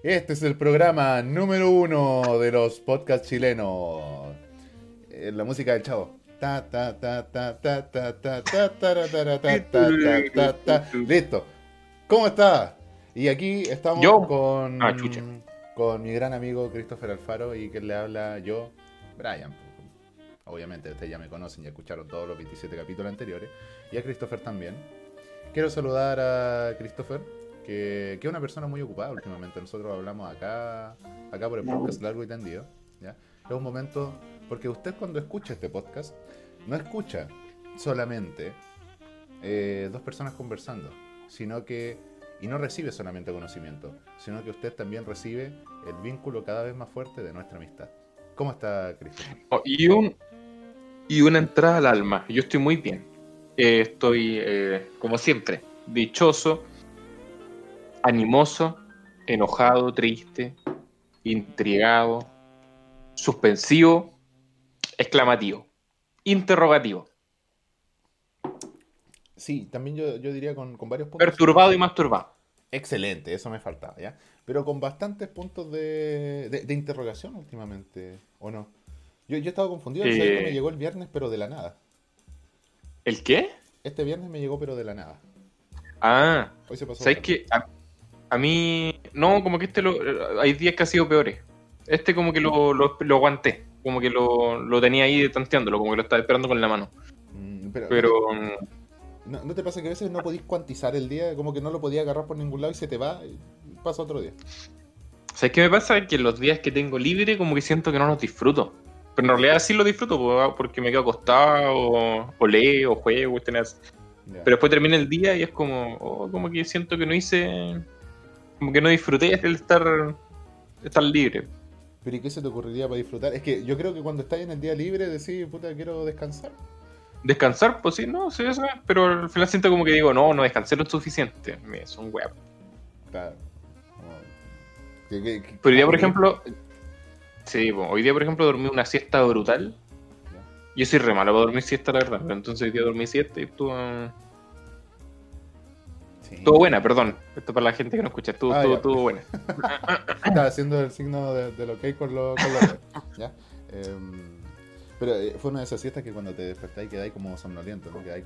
Este es el programa número 1 de los podcasts chilenos. La música del Chavo. Ta, ta, ta, ta, ta, ta, ta, ta, tara, tara, ta, ta, ta, ta, ta. Listo. ¿Cómo está? Y aquí estamos Yo. Chucha. con mi gran amigo Christopher Alfaro y que le habla yo, Brian. Obviamente ustedes ya me conocen y escucharon todos los 27 capítulos anteriores. Y a Christopher también. Quiero saludar a Christopher, que es una persona muy ocupada últimamente. Nosotros hablamos acá por el podcast largo y tendido, ¿ya? Es un momento, porque usted cuando escucha este podcast, no escucha solamente dos personas conversando, sino que, y no recibe solamente conocimiento, sino que usted también recibe el vínculo cada vez más fuerte de nuestra amistad. ¿Cómo está, Christopher? Y una entrada al alma. Yo estoy muy bien. Estoy, como siempre, dichoso, animoso, enojado, triste, intrigado, suspensivo, exclamativo, interrogativo, Sí, también yo diría con varios puntos perturbado y suspensivos. masturbado. Excelente, eso me faltaba, ¿ya? Pero con bastantes puntos de interrogación últimamente, ¿o no? Yo he estado confundido, ¿sabes que me Eh, llegó el viernes pero de la nada? ¿El qué? Este viernes me llegó pero de la nada. Ah, Hoy se pasó ¿sabes volando. qué? A mí, no, como que hay días que ha sido peores. Este como que lo aguanté, como que lo tenía ahí tanteándolo, como que lo estaba esperando con la mano. Pero Pero ¿no te pasa que a veces no podís cuantizar el día? Como que no lo podías agarrar por ningún lado y se te va y pasa otro día. ¿sabes qué me pasa? Que los días que tengo libre como que siento que no los disfruto. Pero en realidad sí los disfruto porque me quedo acostado, o leo, o juego, cuestiones así. Ya. Pero después termina el día y es como que siento que no hice, como que no disfruté el estar libre. Pero ¿y qué se te ocurriría para disfrutar? Es que yo creo que cuando estás en el día libre decís, puta, quiero descansar. Descansar, pues sí, no, sí, eso es, pero al final siento como que digo, no descansé lo suficiente. Son weas. Claro. Como- Pero hoy ¿Qué día, por aburrido? ejemplo, sí, pues, hoy día, por ejemplo, dormí una siesta brutal. Ya. Yo soy re malo para dormir siesta, la verdad, pero entonces hoy día dormí siesta y estuvo Sí. buena, perdón. Esto para la gente que no escucha, Ah, ya. estuvo buena. Estaba haciendo el signo del ok con los dedos, ¿ya? Pero fue una de esas siestas que cuando te despertáis quedáis como somnoliento, ¿no? Quedáis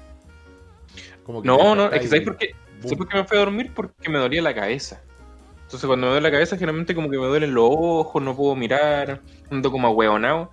como que te No, es que despertáis ¿sabes y por qué? ¿Sabes ¡boom! por qué me fui a dormir? Porque me dolía la cabeza. Entonces cuando me duele la cabeza, generalmente como que me duelen los ojos, no puedo mirar, ando como ahueonado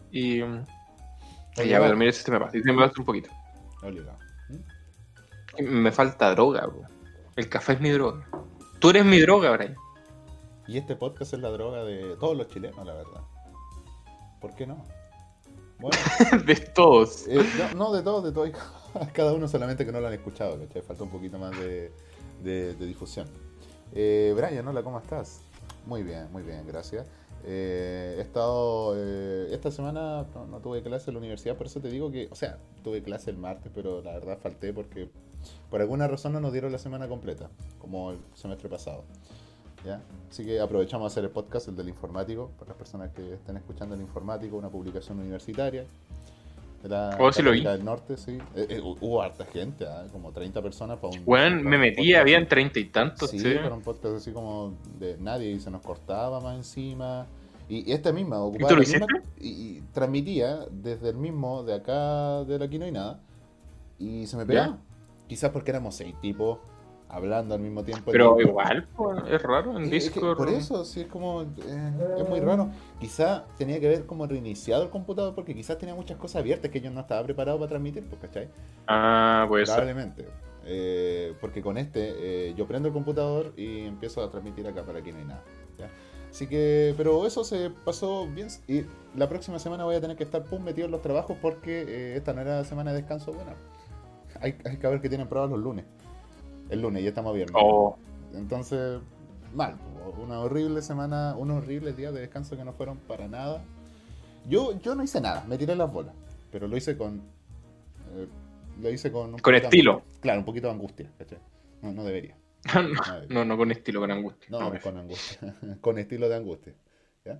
y ya voy a Obligado, dormir, ese se me pasa, y se me pasa un poquito. obligado. ¿Mm? Y me falta droga, bro. El café es mi droga. Tú eres mi droga, Brian. Y este podcast es la droga de todos los chilenos, la verdad. ¿Por qué no? Bueno, De todos. no, de todos, cada uno solamente que no lo han escuchado, ¿cachai? Falta un poquito más de difusión. Brian, hola, ¿cómo estás? Muy bien, gracias. He estado, esta semana no tuve clase en la universidad, por eso te digo que, o sea, tuve clase el martes, pero la verdad falté porque por alguna razón no nos dieron la semana completa, como el semestre pasado. ¿Ya? Así que aprovechamos a hacer el podcast, el del informático, para las personas que estén escuchando el informático, una publicación universitaria de la Oh, sí lo Católica vi. del Norte, sí. Hubo harta gente, ¿ah? Como 30 personas Bueno, me para un metí, podcast. habían 30 y tantos, sí. Sí, para un podcast así como de nadie y se nos cortaba más encima. Y esta misma, ¿Y ocupaba tú lo la misma hiciste? y transmitía desde el mismo de acá de Aquí no hay nada. Y se me Ya. pegaba. Quizás porque éramos 6 tipos hablando al mismo tiempo en Pero Discord. igual, pues, es raro en Es que por Discord. eso, sí, es como, es muy raro. Quizá tenía que haber como reiniciado el computador porque quizás tenía muchas cosas abiertas que yo no estaba preparado para transmitir, pues, ¿cachai? Ah, puede ser. Probablemente. Porque con este yo prendo el computador y empiezo a transmitir acá para aquí no hay nada. ¿Ya? Así que, pero eso se pasó bien. Y la próxima semana voy a tener que estar pum metido en los trabajos porque esta no era semana de descanso buena. Hay que ver que tienen pruebas los lunes. El lunes, ya estamos a viernes. Oh, Entonces, mal, una horrible semana, unos horribles días de descanso que no fueron para nada. Yo no hice nada, me tiré las bolas, pero eh, lo hice con un con poquito de angustia. estilo. Claro, un poquito de angustia, ¿cachai? No debería, no debería. No, no con estilo, con angustia. No, No, con angustia, con estilo de angustia. ¿Ya?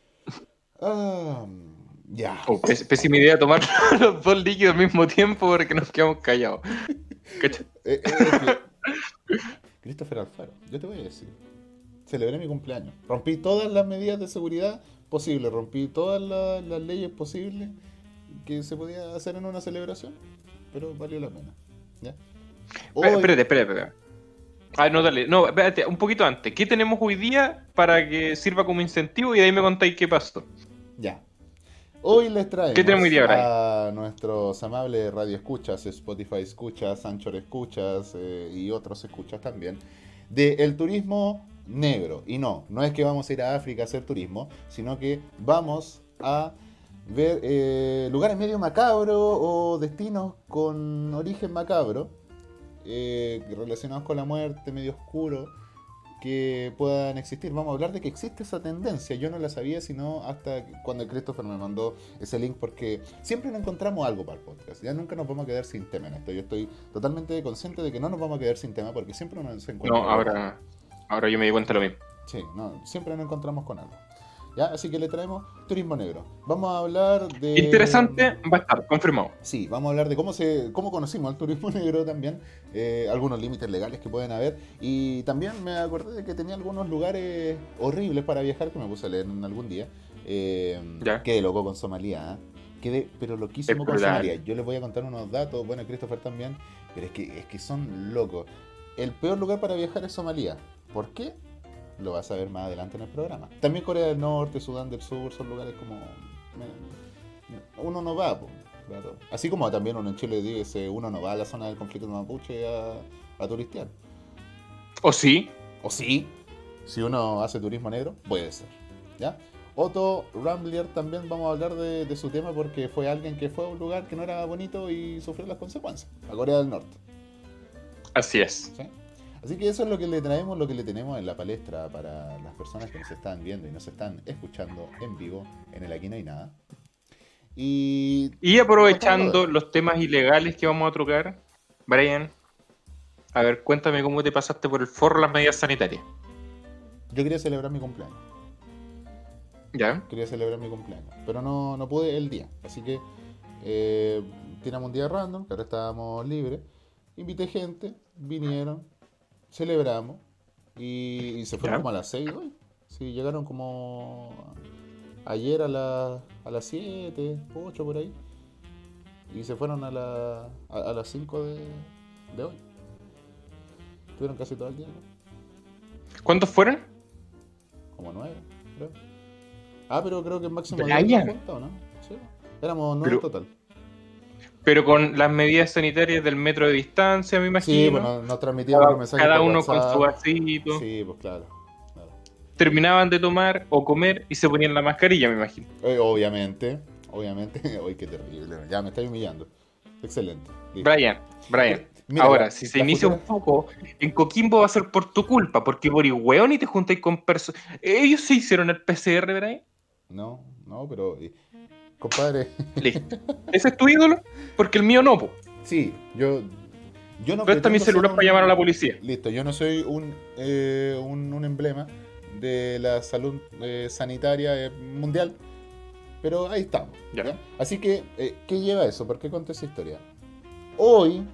Ah, ya. Pésima idea tomar los dos líquidos al mismo tiempo porque nos quedamos callados. ¿Cachai? Es que, Christopher Alfaro, yo te voy a decir, celebré mi cumpleaños. Rompí todas las medidas de seguridad posibles, rompí todas las leyes posibles que se podía hacer en una celebración, pero valió la pena. ¿Ya? Espérate. Ah, no, dale. No, espérate, un poquito antes. ¿Qué tenemos hoy día para que sirva como incentivo? Y de ahí me contáis qué pasó. Ya. Hoy les traemos ¿Qué tenemos hoy día, Brian? a nuestros amables radio escuchas, Spotify escuchas, Anchor escuchas y otros escuchas también, de el turismo negro. Y no es que vamos a ir a África a hacer turismo, sino que vamos a ver lugares medio macabros o destinos con origen macabro, relacionados con la muerte, medio oscuro, que puedan existir. Vamos a hablar de que existe esa tendencia. Yo no la sabía sino hasta cuando Christopher me mandó ese link, porque siempre no encontramos algo para el podcast. Ya nunca nos vamos a quedar sin tema en esto. Yo estoy totalmente consciente de que no nos vamos a quedar sin tema porque siempre nos encontramos. No, ahora yo me di cuenta de lo mismo. Sí, no, siempre nos encontramos con algo. ¿Ya? Así que le traemos turismo negro. Vamos a hablar de... Interesante, va a estar, confirmado. Sí, vamos a hablar de cómo conocimos al turismo negro también, algunos límites legales que pueden haber, y también me acordé de que tenía algunos lugares horribles para viajar que me puse a leer en algún día. Quedé loco con Somalia, quedé pero loquísimo con Somalia. Yo les voy a contar unos datos, bueno, Christopher también, pero es que son locos. El peor lugar para viajar es Somalia. ¿Por qué? Lo vas a ver más adelante en el programa. También Corea del Norte, Sudán del Sur, son lugares como... Uno no va, claro. Así como también uno en Chile dice, uno no va a la zona del conflicto mapuche a turistear. ¿O sí? ¿O sí? Si uno hace turismo negro, puede ser. ¿Ya? Otto Rambler también vamos a hablar de su tema porque fue alguien que fue a un lugar que no era bonito y sufrió las consecuencias. A Corea del Norte. Así es. ¿Sí? Así que eso es lo que le traemos, lo que le tenemos en la palestra para las personas que nos están viendo y nos están escuchando en vivo en el Aquí No Hay Nada. Y aprovechando los temas ilegales que vamos a tocar, Brian, a ver, cuéntame cómo te pasaste por el forro las medidas sanitarias. Yo quería celebrar mi cumpleaños. ¿Ya? Quería celebrar mi cumpleaños, pero no pude el día. Así que tiramos un día random, que ahora estábamos libres. Invité gente, vinieron, celebramos y se fueron como a las 6 hoy. Sí, llegaron como ayer a las 7, 8 por ahí. Y se fueron a las 5 de hoy. Estuvieron casi todo el día, ¿no? ¿Cuántos fueron? Como 9, creo. Pero creo que el máximo Brian. 10 nos contó, ¿no? Sí, éramos 9 en total. Pero con las medidas sanitarias del metro de distancia, me imagino. Sí, bueno, nos transmitíamos los mensajes. Cada por uno WhatsApp. con su vasito. Sí, pues claro. Terminaban de tomar o comer y se ponían la mascarilla, me imagino. Obviamente. Uy, qué terrible. Ya me estáis humillando. Excelente. Listo. Brian, Mira, ahora, si se inicia futura... un poco, en Coquimbo va a ser por tu culpa, porque por hueón y te juntáis con personas. ¿Ellos se hicieron el PCR, Brian? No, pero... compadre... Listo. ¿Ese es tu ídolo? Porque el mío no, po. Sí, yo no... Presta mi celular para llamar a la policía. Listo, yo no soy un emblema de la salud sanitaria mundial, pero ahí estamos. ¿Ya? Así que, ¿qué lleva eso? ¿Por qué conté esa historia? Hoy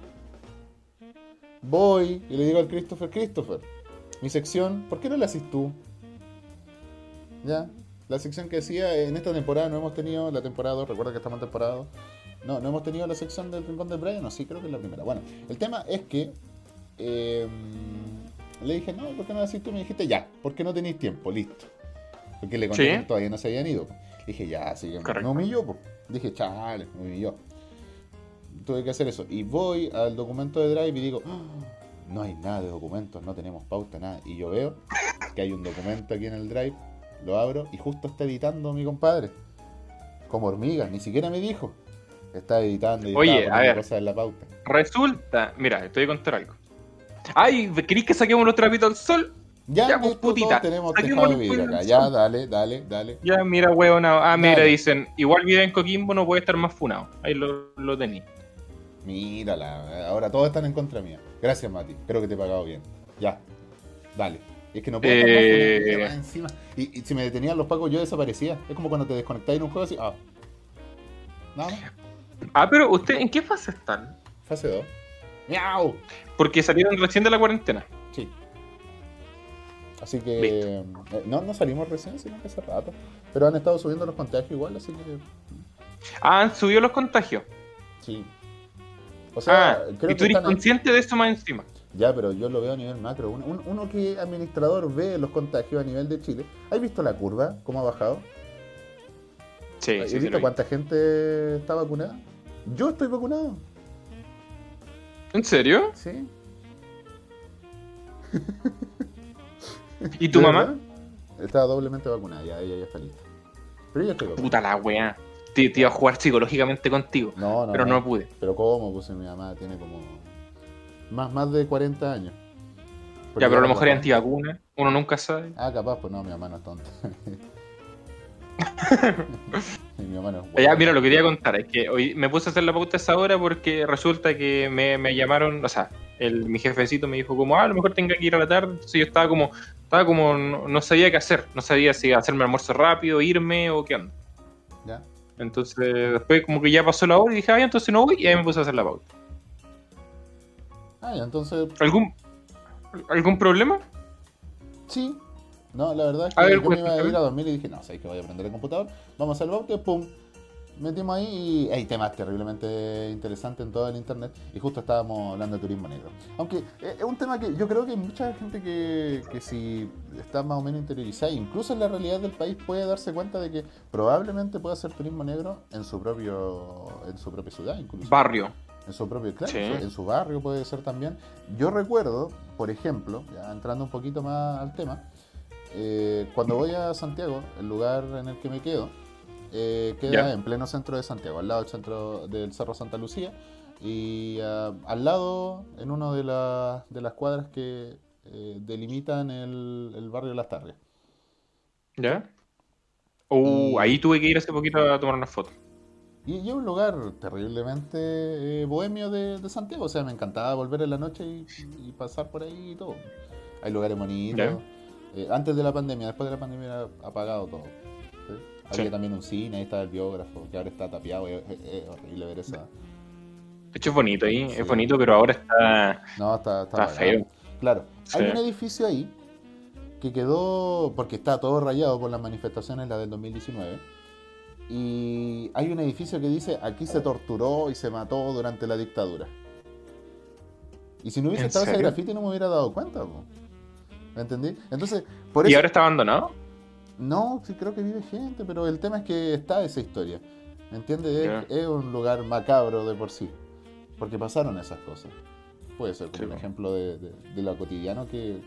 voy y le digo al Christopher, mi sección, ¿por qué no la haces tú? ¿Ya? La sección que decía, en esta temporada no hemos tenido, la temporada 2, recuerda que estamos en temporada 2, no hemos tenido la sección del Rincón del Brian, no, sí, creo que es la primera. Bueno, el tema es que le dije, no, ¿por qué no la haces tú? Me dijiste, ya, porque no tenéis tiempo, listo. Porque le conté que todavía no se habían ido. Dije, ya, así que me humilló, pues. Dije, chale, me humilló. Tuve que hacer eso. Y voy al documento de Drive y digo, no hay nada de documentos, no tenemos pauta, nada. Y yo veo que hay un documento aquí en el Drive, lo abro y justo está editando mi compadre. Como hormiga, ni siquiera me dijo. Está editando y oye, estaba poniendo cosas en la pauta. Resulta, mira, estoy a contar algo. Ay, ¿querís que saquemos los trapitos al sol? Ya pues, putita, tenemos tejado de vidrio acá. Ya, dale. Ya, mira, huevón. Mira, dicen, igual vive en Coquimbo, no puede estar más funado. Ahí lo tenéis. Mírala, ahora todos están en contra mía. Gracias, Mati, creo que te he pagado bien. Ya, dale. Es que no puedo estar más encima. Y si me detenían los pagos, yo desaparecía. Es como cuando te desconectáis en un juego así. Nada más. Pero ¿usted en qué fase están? Fase 2. ¡Miau! Porque salieron recién de la cuarentena. Sí. Así que no salimos recién, sino que hace rato. Pero han estado subiendo los contagios igual, así que Han subido los contagios. sí. O sea, creo y tú que eres están consciente de eso más encima. ya, pero yo lo veo a nivel macro. Uno que administrador ve los contagios a nivel de Chile. ¿Has visto la curva? ¿Cómo ha bajado? Sí, ¿Has sí, visto cuánta gente está vacunada? Yo estoy vacunado. ¿En serio? Sí. ¿Y tu ¿De mamá? verdad? Estaba doblemente vacunada, ya ella ya está lista. Pero yo estoy vacunado. Puta la wea. Te iba a jugar psicológicamente contigo. No, pero no pude. Pero ¿cómo? Pues mi mamá tiene como más de 40 años. Ya, pero a lo mejor es capaz. antivacuna. Uno nunca sabe. Capaz, pues no, mi mamá no es tonta. Y mi mamá no es Ya, buena. mira, lo que quería contar es que hoy me puse a hacer la pauta a esa hora porque resulta que me llamaron, o sea, mi jefecito me dijo como, a lo mejor tenga que ir a la tarde. Entonces yo estaba como no sabía qué hacer. No sabía si hacerme almuerzo rápido, irme o qué onda. ¿Ya? Entonces después como que ya pasó la hora y dije, entonces no voy, y ahí me puse a hacer la pauta. Ya, entonces, ¿Algún problema? sí. No, la verdad es A que ver, yo me iba a cuéntame. ir a dormir y dije, no, sabes que voy a prender el computador, vamos a hacer el baute, pum. Metimos ahí y hay temas terriblemente interesantes en todo el internet y justo estábamos hablando de turismo negro. Aunque es un tema que yo creo que hay mucha gente que si está más o menos interiorizada, incluso en la realidad del país, puede darse cuenta de que probablemente pueda hacer turismo negro en su propia ciudad, incluso. Barrio. En su propio, claro, Sí. en su barrio puede ser también. Yo recuerdo, por ejemplo, ya entrando un poquito más al tema, cuando voy a Santiago, el lugar en el que me quedo, queda Ya. en pleno centro de Santiago, al lado del centro del Cerro Santa Lucía, y al lado, en una de las cuadras que delimitan el barrio Las Tarrias. ¿Ya? Y, Ahí tuve que ir hace poquito a tomar una foto. y es un lugar terriblemente bohemio de Santiago, o sea, me encantaba volver en la noche y pasar por ahí y todo. Hay lugares bonitos. ¿Ya? Antes de la pandemia, después de la pandemia era apagado todo. ¿Sí? Sí. Había también un cine, ahí estaba el biógrafo, que ahora está tapiado, es horrible ver esa. De hecho es bonito ahí, Sí. es bonito, pero ahora está No, está apagado. feo. Claro, Sí. hay un edificio ahí que quedó, porque está todo rayado por las manifestaciones, la del 2019, y hay un edificio que dice, aquí se torturó y se mató durante la dictadura. Y si no hubiese ¿En estado ese serio? grafiti no me hubiera dado cuenta, po. ¿Me entendí? Entonces, por ¿Y eso... ahora está abandonado? No, sí creo que vive gente, pero el tema es que está esa historia. ¿Me entiendes? Ya. Es un lugar macabro de por sí. Porque pasaron esas cosas. Puede ser como Sí, un po. ejemplo de lo cotidiano que...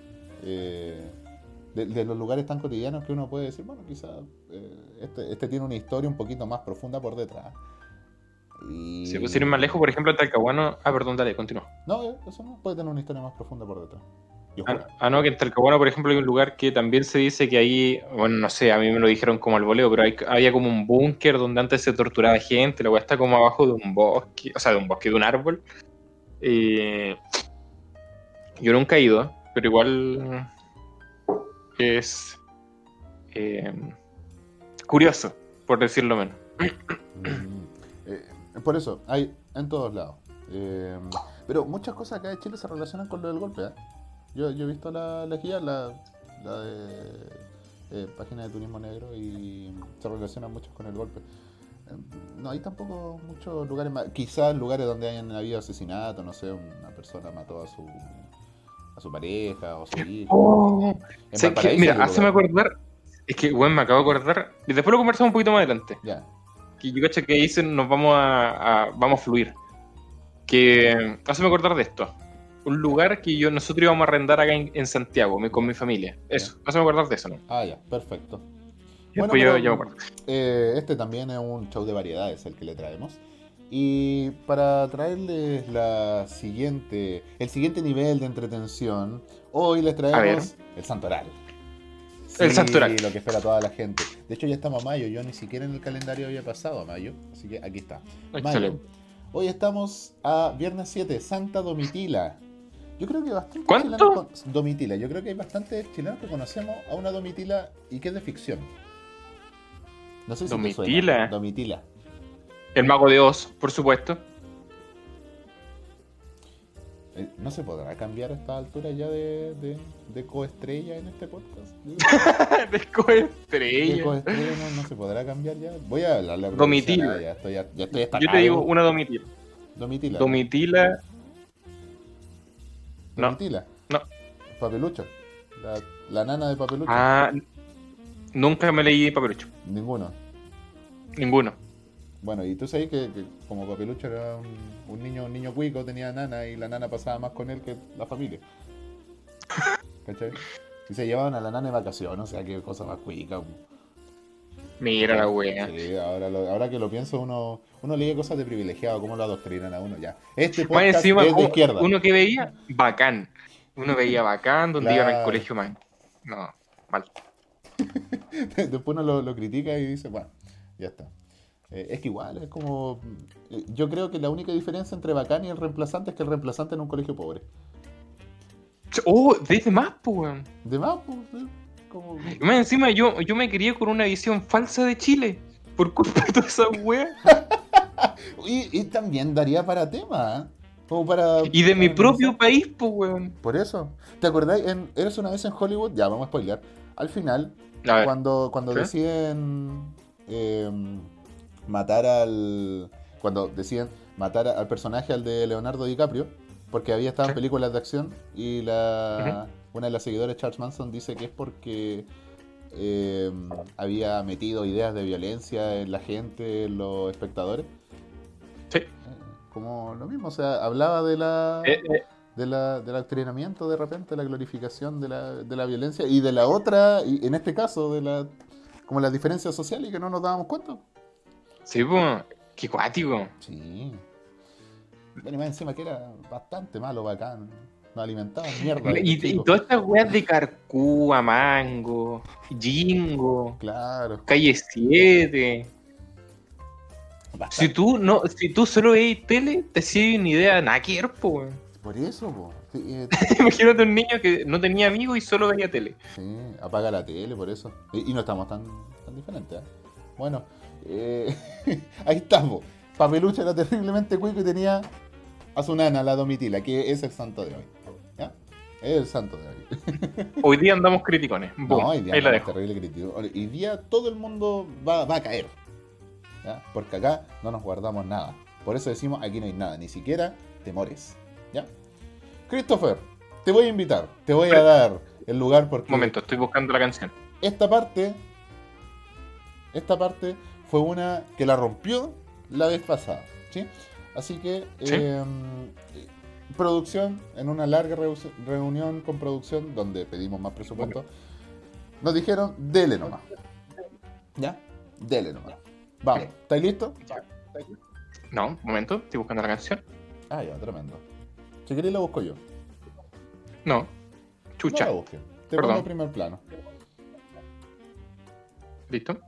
de los lugares tan cotidianos que uno puede decir, bueno, quizás este tiene una historia un poquito más profunda por detrás. Y... Si pues, ir más lejos, por ejemplo, en Talcahuano. Perdón, dale, continúa. No, eso no puede tener una historia más profunda por detrás. Yo juro. No, que en Talcahuano, por ejemplo, hay un lugar que también se dice que ahí, bueno, no sé, a mí me lo dijeron como al voleo, pero había como un búnker donde antes se torturaba gente, la weá está como abajo de un bosque, o sea, de un árbol. Yo nunca he ido, pero igual es curioso, por decirlo menos. Por eso, hay en todos lados. Pero muchas cosas acá de Chile se relacionan con lo del golpe. Yo he visto la guía, la de página de turismo negro, y se relacionan muchos con el golpe. No hay tampoco muchos lugares más. Quizás lugares donde hayan habido asesinato, no sé, una persona mató a su pareja o a su hijo. En ¿Sabes qué? Valparaíso Mira, hay hazme lugares. acordar, es que, bueno, me acabo de acordar, y después lo conversamos un poquito más adelante, Ya. que yo cacho que ahí nos vamos vamos a fluir. Que hazme acordar de esto. Un lugar que nosotros íbamos a arrendar acá en Santiago, con mi familia. Eso, hazme acordar de eso, ¿no? Ya, perfecto. Y Bueno, después pero, yo me acuerdo. este también es un show de variedades el que le traemos. Y para traerles el siguiente nivel de entretención, hoy les A ver. traemos el Santoral. El Santoral. Lo que espera toda la gente. De hecho ya estamos a mayo, yo ni siquiera en el calendario había pasado a mayo, así que aquí está. Mayo. Excelente. Hoy estamos a viernes 7, Santa Domitila. Yo creo que bastantes ¿Cuánto? chilenos Domitila. Yo creo que hay bastantes chilenos que conocemos a una Domitila y que es de ficción. No sé si te Domitila. suena. Domitila. El Mago de Oz, por supuesto. ¿No se podrá cambiar a esta altura ya de coestrella en este podcast? De De coestrella. coestrella no se podrá cambiar ya. Voy a hablarle a la Domitila. producción. Ya estoy hasta Yo acá. te digo una Domitila. Domitila. Domitila. No. Domitila. No. Papelucho. La nana de Papelucho. Ah, nunca me leí Papelucho. Ninguno. Ninguno. Bueno, y tú sabes que como Papelucho era un niño cuico, tenía nana y la nana pasaba más con él que la familia. ¿Cachai? Y se llevaban a la nana de vacaciones, o sea, qué cosa más cuica. Mira la wea. Sí, ahora que lo pienso, uno lee cosas de privilegiado, cómo lo adoctrinan a uno ya. Este Más podcast encima, es de izquierda. uno que veía, bacán. Uno veía bacán, donde iban al Claro. colegio más. No, mal. Después uno lo critica y dice, bueno, ya está. Es que igual, es como... yo creo que la única diferencia entre bacán y el reemplazante es que el reemplazante en un colegio pobre. Oh, desde más, pues, weón. De más, pues, como... Y más encima, yo me crié con una visión falsa de Chile. Por culpa de toda esa wea. Y también daría para tema, ¿eh? Como para... Y de mi para propio analizar. país, pues, weón. Por eso. ¿Te acordás? Eres una vez en Hollywood, ya vamos a spoilear. Al final, A ver. cuando ¿Sí? deciden matar al... Cuando deciden matar al personaje, al de Leonardo DiCaprio, porque había estado en Sí. películas de acción y una de las seguidoras, Charles Manson, dice que es porque había metido ideas de violencia en la gente, en los espectadores. Sí. Como lo mismo, o sea, hablaba de la... Eh, del adoctrinamiento de repente, la glorificación de la violencia y de la otra, y en este caso, como las diferencias sociales y que no nos dábamos cuenta. sí, pues. Qué cuático. Sí. Bueno, y más encima que era bastante malo, bacán. Nos alimentaban mierda. desde Y chicos. todas estas weas de Carcúa, Mango, Jingo, Claro. Calle 7. Si Bastante. si tú solo veis tele, te hacías una idea nada que ver, po, weón. Por eso, po. Sí, Imagínate un niño que no tenía amigos y solo veía tele. sí, apaga la tele, por eso. Y no estamos tan diferentes, ¿eh? Bueno, ahí estamos. Papelucho era terriblemente cuico y tenía a su nana, la Domitila, que es el santo de hoy. ¿Ya? Es el santo de hoy. Hoy día andamos criticones. Boom, No, hoy día ahí la andamos dejo. terrible crítico. Hoy día todo el mundo va a caer. ¿Ya? Porque acá no nos guardamos nada. Por eso decimos, aquí no hay nada, ni siquiera temores. ¿Ya? Christopher, te voy a invitar, te voy a dar el lugar porque Un momento, estoy buscando la canción. esta parte fue una que la rompió la vez pasada, ¿sí? Así que ¿Sí? producción, en una larga reunión con producción donde pedimos más presupuesto, nos dijeron, dele nomás. ¿Ya? Dele nomás. Vamos, ¿estáis listos? No, un momento, estoy buscando la canción. Ah, ya, tremendo. Si queréis la busco yo. No, No chucha. la busque. Te Perdón. pongo primer plano. ¿Listo?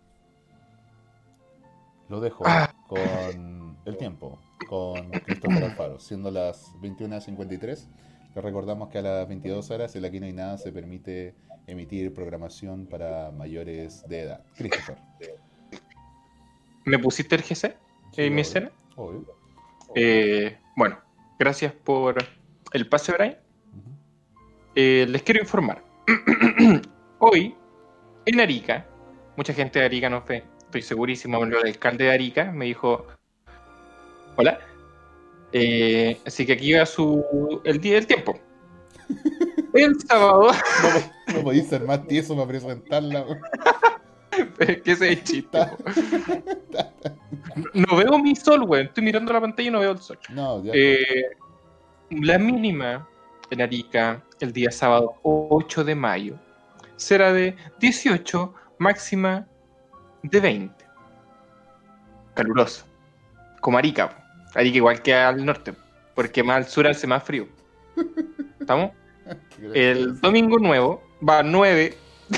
Lo dejo Ah. con el tiempo, con Christopher Alfaro, siendo las 21:53. Les recordamos que a las 22 horas en Aquí No Hay Nada se permite emitir programación para mayores de edad. Christopher. ¿Me pusiste el GC Sí, en mi obvio, escena? obvio. Bueno, gracias por el pase, Brian. Ujú. Les quiero informar. Hoy, en Arica, mucha gente de Arica nos ve. Estoy segurísimo, el alcalde de Arica me dijo: hola. Así que aquí va el día del tiempo. El sábado, No podéis ser más tieso para presentarla. que ese es el chiste. Po. No veo mi sol, güey. Estoy mirando la pantalla y no veo el sol. No, ya. La mínima en Arica el día sábado 8 de mayo será de 18, máxima de 20. Caluroso. Como Arica. Po. Arica igual que al norte, porque más al sur hace más frío. ¿Estamos? El domingo nuevo va 9.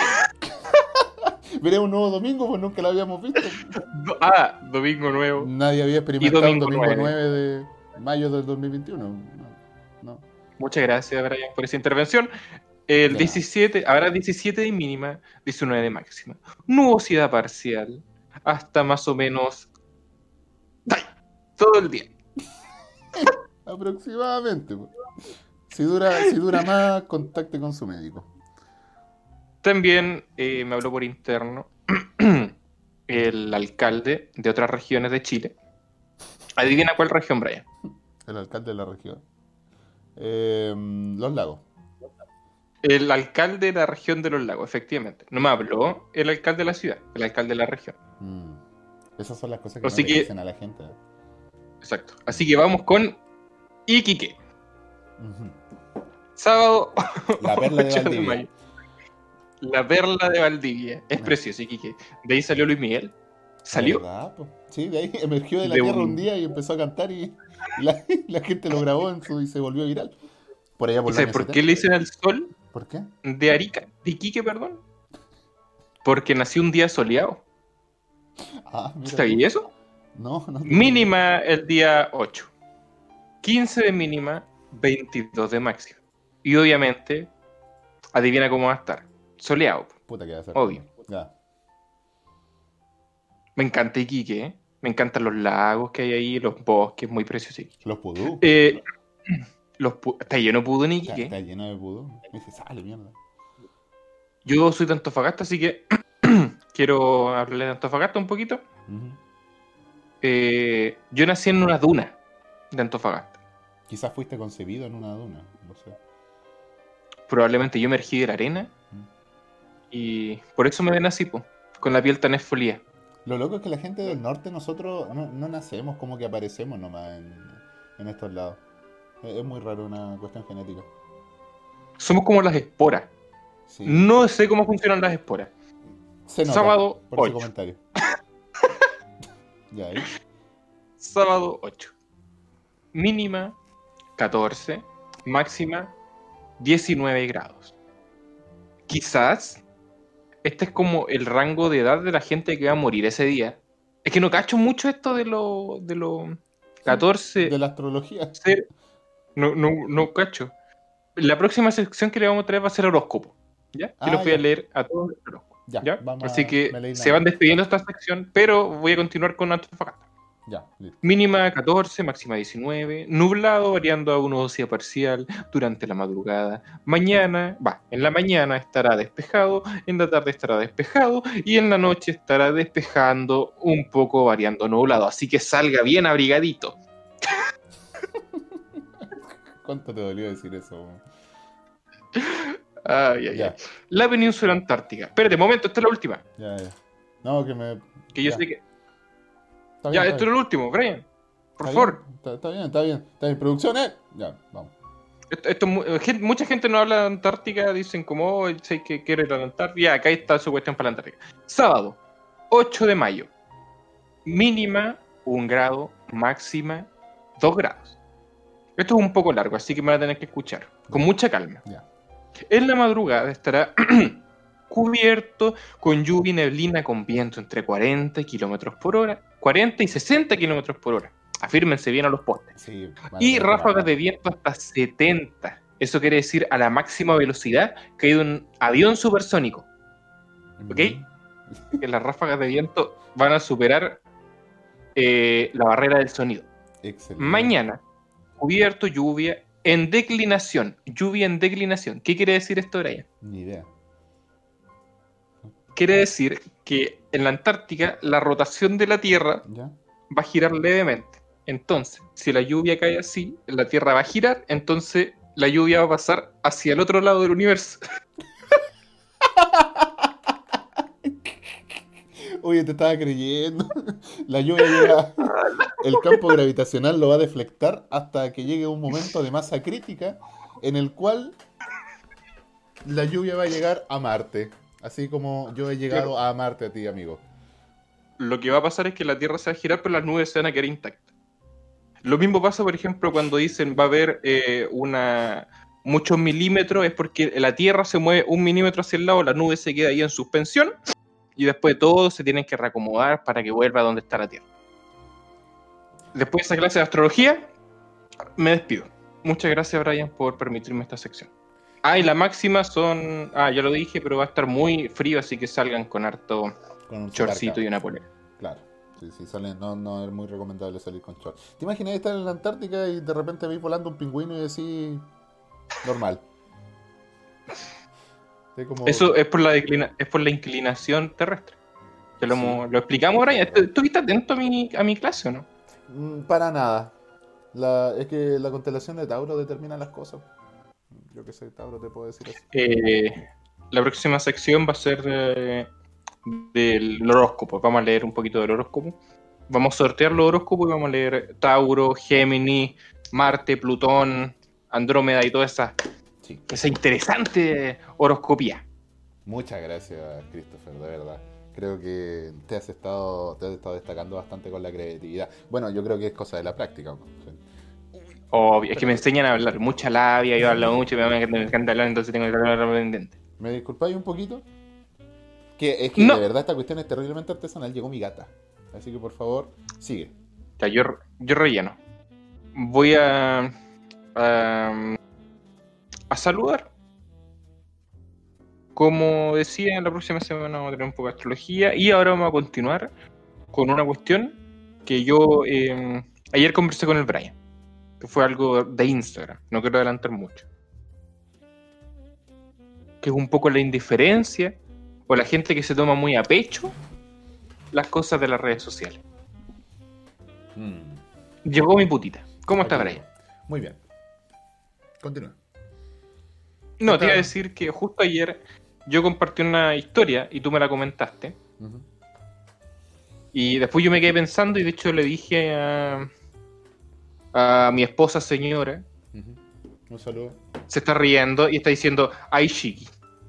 Veré un nuevo domingo, pues nunca lo habíamos visto. Domingo nuevo. Nadie había experimentado domingo un domingo 9. 9 de mayo del 2021. No. Muchas gracias, Brian, por esa intervención. El Ya. 17, habrá 17 de mínima, 19 de máxima. Nubosidad parcial, hasta más o menos todo el día. Aproximadamente. Po. Si dura más, contacte con su médico. También me habló por interno el alcalde de otras regiones de Chile. Adivina cuál región, Brian. El alcalde de la región. Los Lagos. El alcalde de la región de los lagos, efectivamente. No me habló el alcalde de la ciudad, el alcalde de la región. Esas son las cosas que Así no le que- dicen a la gente. Exacto. Así que vamos con Iquique. Ujú. Sábado La perla de 8 de Valdivia. mayo. La perla de Valdivia. Es Ah. precioso, Iquique. De ahí salió Luis Miguel. ¿Salió? ¿Verdad, po? Sí, de ahí emergió de la De tierra un- un día y empezó a cantar y la gente lo grabó y se volvió viral. Por allá por ¿Y los sabes años por 70. qué le dicen al sol ¿Por qué? de Arica? De Iquique, perdón. Porque nació un día soleado. Ah, mira. ¿Sabías eso? No, no. Mínima el día 8. 15 de mínima, 22 de máxima. Y obviamente, adivina cómo va a estar. Soleado. Puta que va a ser. Obvio. Ya. Me encanta Iquique, ¿eh? Me encantan los lagos que hay ahí, los bosques, muy preciosos. Los pudú. Está lleno de pudo en Está Iquique. lleno de pudú. Me dice, sale, mierda. Yo soy de Antofagasta, así que quiero hablarle de Antofagasta un poquito. Ujú. Yo nací en una duna de Antofagasta. Quizás fuiste concebido en una duna. No sé. Probablemente yo emergí de la arena Mm. y por eso me ven así, po, con la piel tan esfoliada. Lo loco es que la gente del norte, nosotros no nacemos, como que aparecemos nomás en estos lados. Es muy raro, una cuestión genética. Somos como las esporas. Sí. No sé cómo funcionan las esporas. Se nota Sábado por ese 8. comentario. Ya, ¿eh? Sábado 8. Mínima 14. Máxima 19 grados. Quizás este es como el rango de edad de la gente que va a morir ese día. Es que no cacho mucho esto de lo 14. De la astrología. ser- No cacho. La próxima sección que le vamos a traer va a ser horóscopo. ¿Ya? Ah, Que los voy a ya. leer a todos el horóscopo. Ya, ¿Ya? vamos Así a- que me leí la se van mano. despidiendo esta sección, pero voy a continuar con Antofagasta. Ya, listo. Mínima 14, máxima 19, nublado variando a una nubosidad parcial durante la madrugada. En la mañana estará despejado, en la tarde estará despejado y en la noche estará despejando un poco variando nublado. Así que salga bien abrigadito. ¿Cuánto te dolió decir eso? Ay, ay, Ya, ay. La península antártica. Espérate, momento, esta es la última. ya, ya. No, que me... Que yo ya. sé que. Está bien, Ya, está esto es bien. lo último, Brian. Por Está favor. bien, está bien, está bien. Está bien. Producción, Ya, vamos. Mucha gente no habla de Antártica, dicen como, oh, sé que quiero ir a la Antártica. Ya, acá está su cuestión para la Antártica. Sábado, 8 de mayo. Mínima 1 grado, máxima 2 grados. Esto es un poco largo, así que me van a tener que escuchar con mucha calma. Ya. En la madrugada estará cubierto con lluvia y neblina con viento entre 40 kilómetros por hora, 40 y 60 kilómetros por hora. Afírmense bien a los postes. Sí, Y ráfagas de viento hasta 70. Eso quiere decir a la máxima velocidad que hay de un avión supersónico. ¿Ok? Que las ráfagas de viento van a superar la barrera del sonido. Excelente. Mañana, cubierto, lluvia en declinación. Lluvia en declinación. ¿Qué quiere decir esto, Brian? Ni idea. Quiere decir que en la Antártica la rotación de la Tierra ¿Ya? va a girar levemente. Entonces, si la lluvia cae así, la Tierra va a girar, entonces la lluvia va a pasar hacia el otro lado del universo. Oye, te estaba creyendo. La lluvia llega. El campo gravitacional lo va a deflectar hasta que llegue un momento de masa crítica en el cual la lluvia va a llegar a Marte. Así como yo he llegado a Marte a ti, amigo. Lo que va a pasar es que la Tierra se va a girar, pero las nubes se van a quedar intactas. Lo mismo pasa, por ejemplo, cuando dicen va a haber muchos milímetros, es porque la Tierra se mueve 1 milímetro hacia el lado, la nube se queda ahí en suspensión, y después todos se tienen que reacomodar para que vuelva a donde está la Tierra. Después de esa clase de astrología, me despido. Muchas gracias, Brian, por permitirme esta sección. Y la máxima son... ya lo dije, pero va a estar muy frío, así que salgan con harto Con un chorcito soparca. y una polera. Claro. Si salen, no es muy recomendable salir con short. ¿Te imaginas estar en la Antártica y de repente veis volando un pingüino y decís normal? Es como... Eso es por la inclinación terrestre. Que Sí. lo explicamos, Brian. ¿Estuviste atento a mi clase o no? Para nada. Es que la constelación de Tauro determina las cosas. Yo que sé, Tauro te puedo decir eso. La próxima sección va a ser del horóscopo. Vamos a leer un poquito del horóscopo. Vamos a sortear los horóscopos y vamos a leer Tauro, Géminis, Marte, Plutón, Andrómeda y toda esa interesante horoscopía. Muchas gracias, Christopher, de verdad. Creo que te has estado destacando bastante con la creatividad. Bueno, yo creo que es cosa de la práctica, ¿no? Sí. Obvio, es que me enseñan a hablar mucha labia, yo hablo mucho, me encanta hablar, entonces tengo que hablar pendiente. ¿Me disculpáis un poquito? Que es que No. de verdad esta cuestión es terriblemente artesanal. Llegó mi gata. Así que por favor, sigue. Ya, yo relleno. Voy a saludar. Como decía, la próxima semana vamos a tener un poco de astrología y ahora vamos a continuar con una cuestión que yo ayer conversé con el Brian, que fue algo de Instagram, no quiero adelantar mucho, que es un poco la indiferencia o la gente que se toma muy a pecho las cosas de las redes sociales. Llegó mi putita. ¿Cómo está, Brian? Muy bien. Continúa. No, te iba a decir que justo ayer yo compartí una historia y tú me la comentaste. Uh-huh. Y después yo me quedé pensando y de hecho le dije a mi esposa señora. Uh-huh. Un saludo. Se está riendo y está diciendo, ay, chiqui.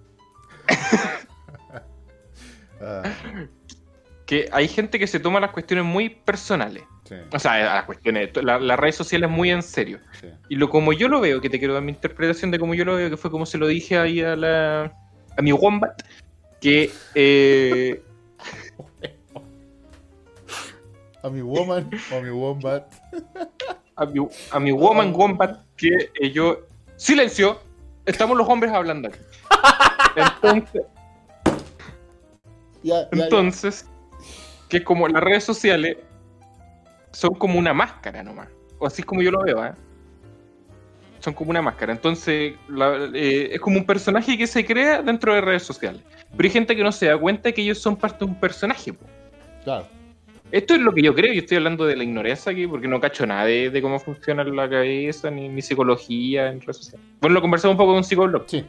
Que hay gente que se toma las cuestiones muy personales. Sí. O sea, las cuestiones, las redes sociales muy en serio. Sí. Y como yo lo veo, que te quiero dar mi interpretación de cómo yo lo veo, que fue como se lo dije ahí a mi wombat, que a mi woman o a mi wombat. a mi woman wombat, que yo... ¡Silencio! Estamos los hombres hablando aquí. Entonces, que como las redes sociales son como una máscara nomás. O así es como yo lo veo, ¿eh? Son como una máscara. Entonces, es como un personaje que se crea dentro de redes sociales. Pero hay gente que no se da cuenta que ellos son parte de un personaje, po. Claro. Esto es lo que yo creo. Yo estoy hablando de la ignorancia aquí porque no cacho nada de cómo funciona la cabeza ni psicología en redes sociales. Bueno, lo conversamos un poco con un psicólogo. Sí.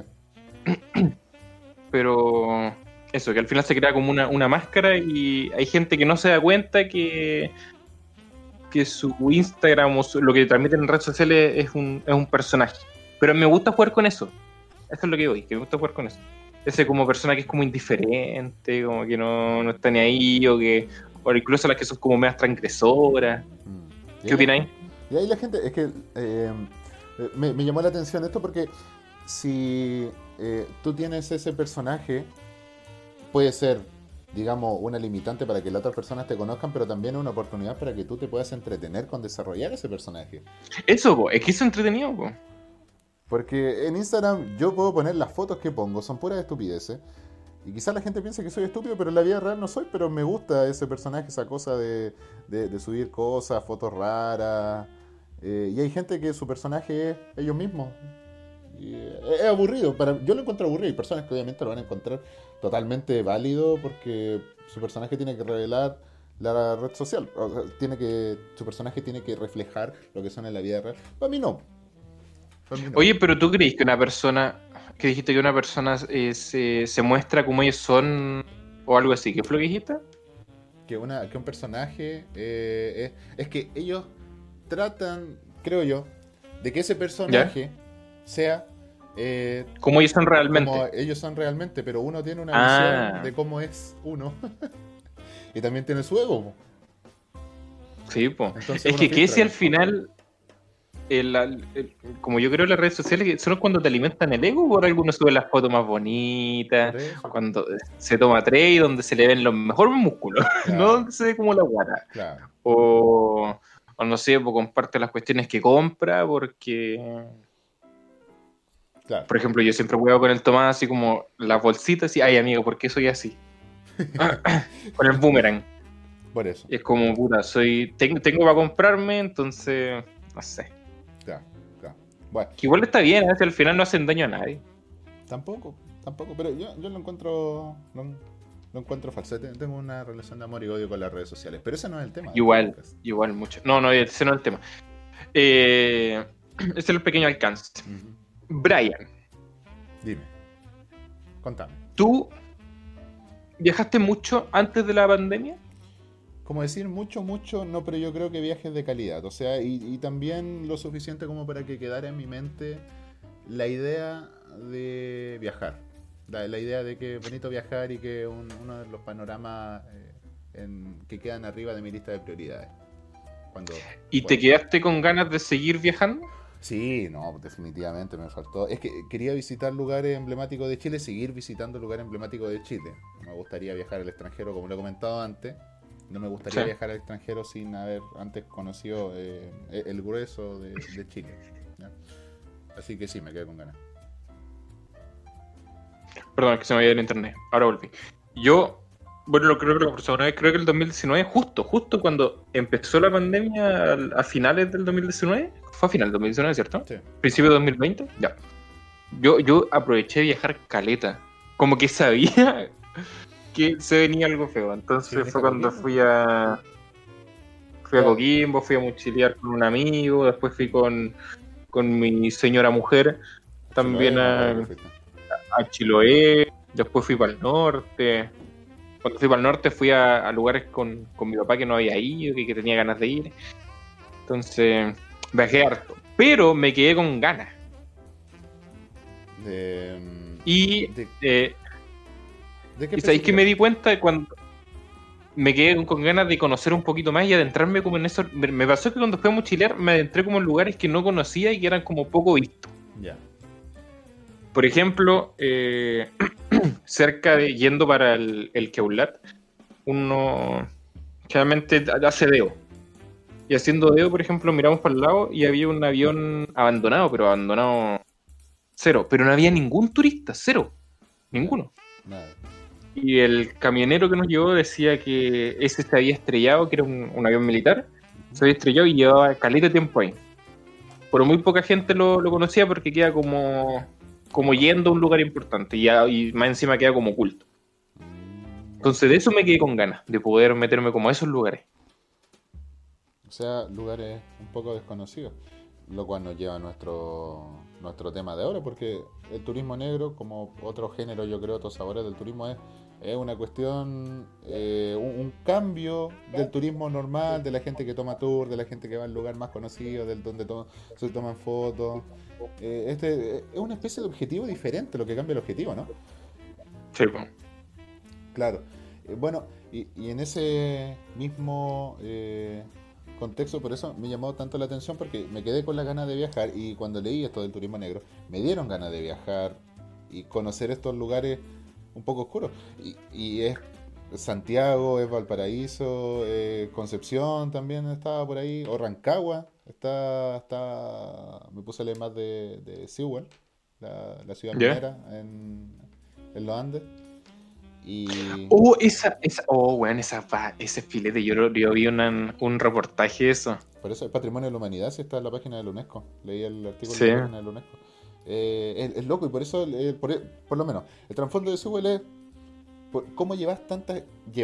Pero eso, que al final se crea como una máscara y hay gente que no se da cuenta que su Instagram o lo que transmiten en redes sociales es un personaje. Pero me gusta jugar con eso. Eso es lo que voy, que me gusta jugar con eso. Ese como persona que es como indiferente, como que no está ni ahí, o incluso las que son como medias transgresoras. ¿Qué opináis? Y ahí la gente, es que me llamó la atención esto porque si tú tienes ese personaje, puede ser, digamos, una limitante para que las otras personas te conozcan, pero también una oportunidad para que tú te puedas entretener con desarrollar ese personaje. Eso, es que es entretenido, po. Porque en Instagram yo puedo poner las fotos que pongo, son puras estupideces. Y quizás la gente piense que soy estúpido, pero en la vida real no soy, pero me gusta ese personaje, esa cosa de subir cosas, fotos raras. Y hay gente que su personaje es ellos mismos. Y es aburrido, yo lo encuentro aburrido. Hay personas que obviamente lo van a encontrar totalmente válido porque su personaje tiene que revelar la red social. O sea, su personaje tiene que reflejar lo que son en la vida real. Para mí no. Oye, pero ¿tú crees que una persona, que dijiste que una persona se muestra como ellos son o algo así? ¿Qué fue lo que dijiste? Que un personaje es que ellos tratan, creo yo, de que ese personaje sea como ellos son realmente. Como ellos son realmente, pero uno tiene una visión de cómo es uno. Y también tiene su ego. Sí, pues. Es que si al final, como yo creo las redes sociales son cuando te alimentan el ego, por algunos suben las fotos más bonitas, cuando se toma trade, donde se le ven los mejores músculos, claro. No donde se ve como la guata. Claro. O no sé, pues comparte las cuestiones que compra, porque... Claro. Por ejemplo, yo siempre juego con el Tomás así como las bolsitas y, ay amigo, ¿por qué soy así? Con el boomerang. Por eso. Es como, puta, tengo para comprarme, entonces, no sé. Claro, claro. Bueno, Que igual está bien, si al final no hacen daño a nadie. tampoco, pero yo lo encuentro, lo encuentro falso. Tengo una relación de amor y odio con las redes sociales, pero ese no es el tema. Igual mucho. No, ese no es el tema. Ese es el pequeño alcance. Uh-huh. Brian. Dime, contame. ¿Tú viajaste mucho antes de la pandemia? Como decir mucho, no, pero yo creo que viajes de calidad. O sea, y también lo suficiente como para que quedara en mi mente la idea de viajar. La idea de que es bonito viajar y que uno de los panoramas que quedan arriba de mi lista de prioridades. ¿Y te quedaste con ganas de seguir viajando? Sí, no, definitivamente me faltó. Es que quería visitar lugares emblemáticos de Chile, seguir visitando lugares emblemáticos de Chile. No me gustaría viajar al extranjero, como lo he comentado antes. No me gustaría viajar al extranjero sin haber antes conocido el grueso de Chile. ¿Ya? Así que sí, me quedé con ganas. Perdón, es que se me había ido el internet. Ahora volví. Yo, bueno, lo creo que por segunda vez, creo que el 2019, justo cuando empezó la pandemia a finales del 2019, fue a final del 2019, ¿cierto? Sí. Principio de 2020, ya. Yo aproveché de viajar caleta. Como que sabía que se venía algo feo. Entonces fue cuando fui a Coquimbo, fui a mochilear con un amigo, después fui con mi señora mujer, también a Chiloé, después fui para el norte. Cuando fui para el norte fui a lugares con mi papá que no había ido, que tenía ganas de ir. Entonces viajé harto, pero me quedé con ganas. Y sabéis que me di cuenta cuando me quedé con ganas de conocer un poquito más y adentrarme como en eso. Me pasó que cuando fui a mochilear me adentré como en lugares que no conocía y que eran como poco vistos. Ya. Por ejemplo, cerca de yendo para el Queulat, uno generalmente hace deo. Y haciendo deo, por ejemplo, miramos para el lado y había un avión abandonado, pero abandonado cero. Pero no había ningún turista, cero. Ninguno. Nada. Y el camionero que nos llevó decía que ese se había estrellado, que era un avión militar, se había estrellado y llevaba caleta de tiempo ahí. Pero muy poca gente lo conocía porque queda como yendo a un lugar importante y más encima queda como oculto. Entonces de eso me quedé con ganas, de poder meterme como a esos lugares. O sea, lugares un poco desconocidos, lo cual nos lleva a nuestro tema de ahora, porque el turismo negro, como otro género, yo creo, otros sabores del turismo, es una cuestión, un cambio del turismo normal, de la gente que toma tour, de la gente que va al lugar más conocido, del donde se toman fotos. Es una especie de objetivo diferente, lo que cambia el objetivo, ¿no? Sí, pues. Claro. Bueno, y en ese mismo contexto, por eso me llamó tanto la atención, porque me quedé con las ganas de viajar, y cuando leí esto del turismo negro, me dieron ganas de viajar y conocer estos lugares un poco oscuros. Y es Santiago, es Valparaíso, Concepción también estaba por ahí, o Rancagua, me puse a leer más de Sewell, la ciudad minera en los Andes. Y... ese filete, yo vi un reportaje de eso. Por eso es Patrimonio de la Humanidad, si está en la página de la UNESCO. Leí el artículo sí. de la página de la UNESCO. Es loco, y por eso, por lo menos, el trasfondo de Sewell es ¿cómo llevas tanta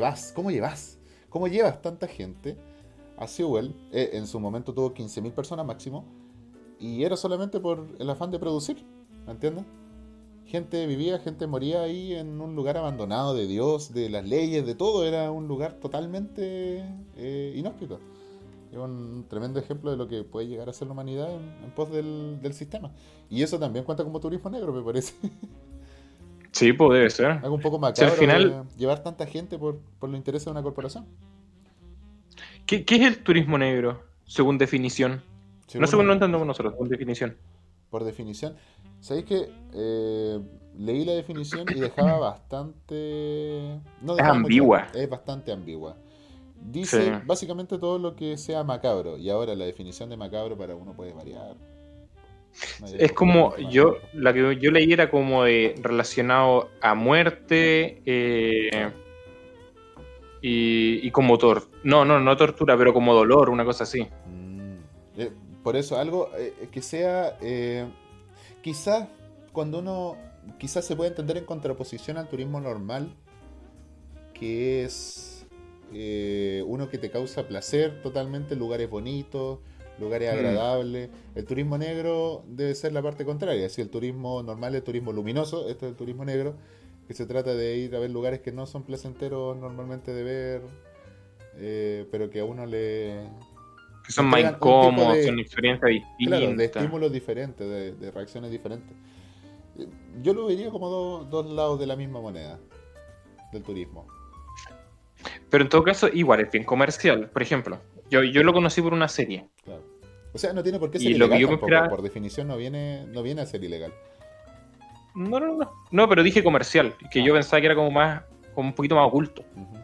gente a Sewell? En su momento tuvo 15.000 personas máximo, y era solamente por el afán de producir, ¿me entiendes? Gente vivía, gente moría ahí en un lugar abandonado de Dios, de las leyes, de todo. Era un lugar totalmente inhóspito. Es un tremendo ejemplo de lo que puede llegar a ser la humanidad en pos del sistema. Y eso también cuenta como turismo negro, me parece. Sí, pues debe ser. Algo un poco macabro, al final, llevar tanta gente por los intereses de una corporación. ¿Qué es el turismo negro, según definición? Según no entendemos nosotros, según definición. Por definición, ¿sabéis que leí la definición y dejaba bastante... es ambigua. Es bastante ambigua. Dice básicamente todo lo que sea macabro, y ahora la definición de macabro para uno puede variar. Es como, la que yo leí era como relacionado a muerte, y como no tortura, pero como dolor, una cosa así. Por eso, algo que sea, quizás cuando uno, quizás se puede entender en contraposición al turismo normal, que es uno que te causa placer totalmente, lugares bonitos, lugares agradables. El turismo negro debe ser la parte contraria. Si el turismo normal es el turismo luminoso, este es el turismo negro, que se trata de ir a ver lugares que no son placenteros normalmente de ver, pero que a uno le Que son más entregan un tipo incómodos, de, son experiencias claro, de distintas. estímulos diferentes, de reacciones diferentes. Yo lo vería como dos lados de la misma moneda del turismo. Pero en todo caso, igual es bien comercial. Por ejemplo, yo lo conocí por una serie. Claro. O sea, no tiene por qué ser Y lo que ilegal yo me tampoco. esperaba. Por definición no viene a ser ilegal. No. No, pero dije comercial, que yo pensaba que era como un poquito más oculto. Ujú.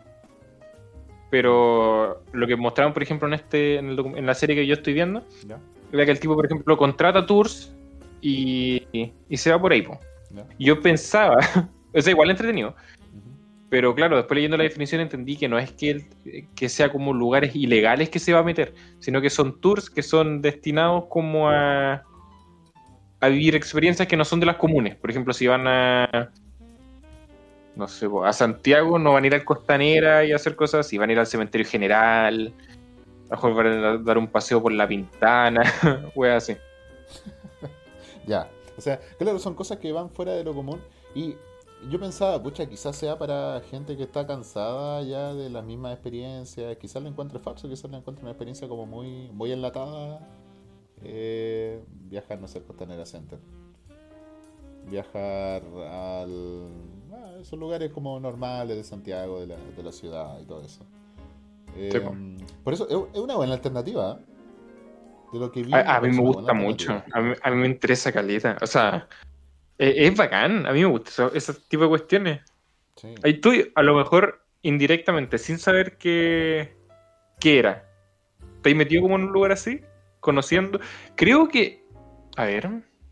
Pero lo que mostraban, por ejemplo, en la serie que yo estoy viendo, ¿Ya? era que el tipo, por ejemplo, contrata tours y se va por ahí, po. ¿Ya? Y yo pensaba, o sea, igual entretenido, Ujú. pero claro, después leyendo la definición entendí que no es que sea como lugares ilegales que se va a meter, sino que son tours que son destinados como a vivir experiencias que no son de las comunes. Por ejemplo, si van no sé, a Santiago, no van a ir al Costanera y a hacer cosas así, van a ir al Cementerio General, a lo mejor van a dar un paseo por La Pintana, wea así. Ya. O sea, claro, son cosas que van fuera de lo común. Y yo pensaba, pucha, quizás sea para gente que está cansada ya de las mismas experiencias. Quizás lo encuentre falso, quizás lo encuentre una experiencia como muy enlatada. Viajar, no sé, al Costanera Center. Viajar a esos lugares como normales de Santiago, de la ciudad y todo eso. Sí, po. Por eso es una buena alternativa. De lo que vi, A mí parece me una buena gusta mucho, alternativa. a mí me interesa caleta, o sea, es bacán, a mí me gusta ese tipo de cuestiones. Sí. Ahí tú, a lo mejor indirectamente, sin saber qué era, te has metido como en un lugar así, conociendo. Creo que, a ver,